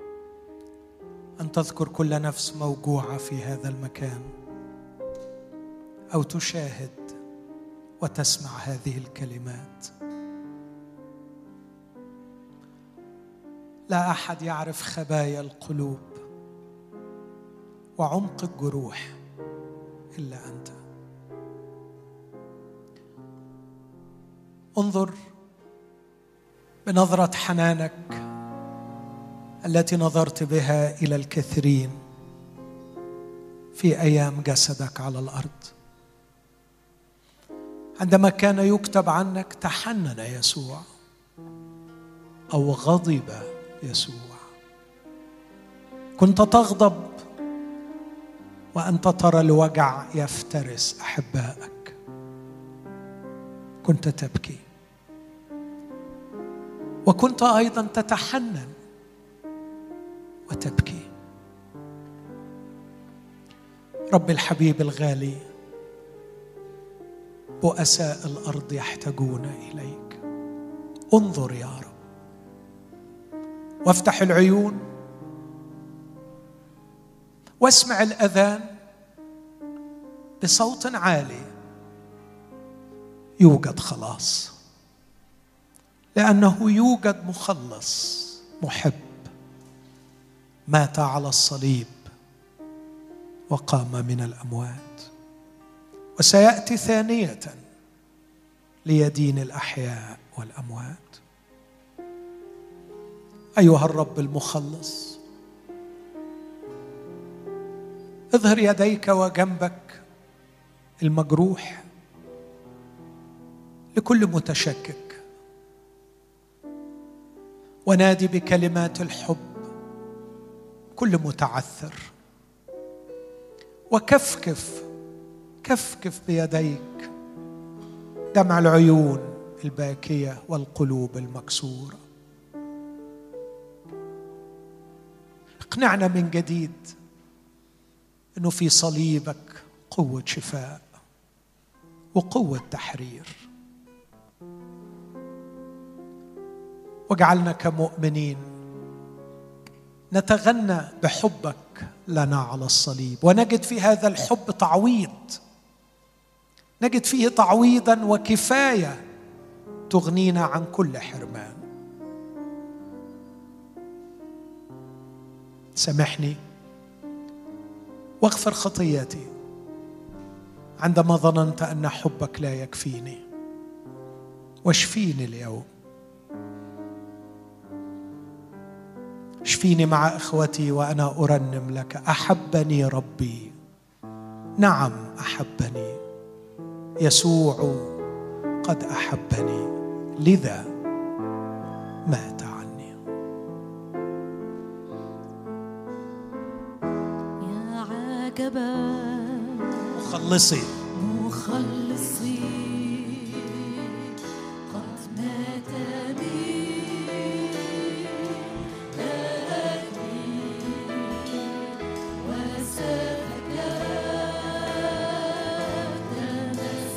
أن تذكر كل نفس موجوعة في هذا المكان أو تشاهد وتسمع هذه الكلمات. لا أحد يعرف خبايا القلوب وعمق الجروح إلا أنت. انظر بنظرة حنانك التي نظرت بها إلى الكثيرين في أيام جسدك على الأرض. عندما كان يكتب عنك تحنن يسوع أو غضب يسوع. كنت تغضب وأنت ترى الوجع يفترس أحبائك. كنت تبكي وكنت أيضا تتحنن وتبكي. رب الحبيب الغالي، بؤساء الأرض يحتاجون إليك. انظر يا رب وافتح العيون واسمع الأذان بصوت عالي. يوجد خلاص، لأنه يوجد مخلص محب مات على الصليب وقام من الأموات، وسيأتي ثانية ليدين الأحياء والأموات. أيها الرب المخلص، اظهر يديك وجنبك المجروح لكل متشكك، ونادي بكلمات الحب كل متعثر، وكفكف بيديك دمع العيون الباكية والقلوب المكسورة. اقنعنا من جديد أنه في صليبك قوة شفاء وقوة تحرير، واجعلنا كمؤمنين نتغنى بحبك لنا على الصليب، ونجد في هذا الحب تعويض، نجد فيه تعويضا وكفاية تغنينا عن كل حرمان. سامحني واغفر خطيتي عندما ظننت أن حبك لا يكفيني، واشفيني اليوم، اشفيني مع إخوتي وأنا أرنم لك. أحبني ربي، نعم أحبني، يسوع قد أحبني، لذا مات عني. يا عجبا مخلصي قد مات بي لأجلي وسفك دم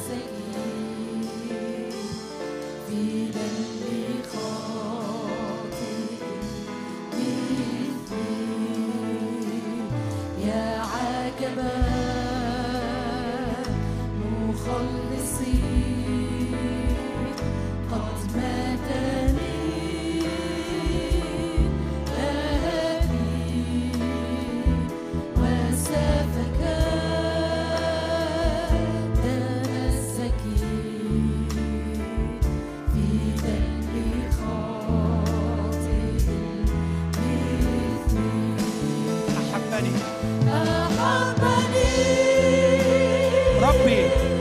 ربي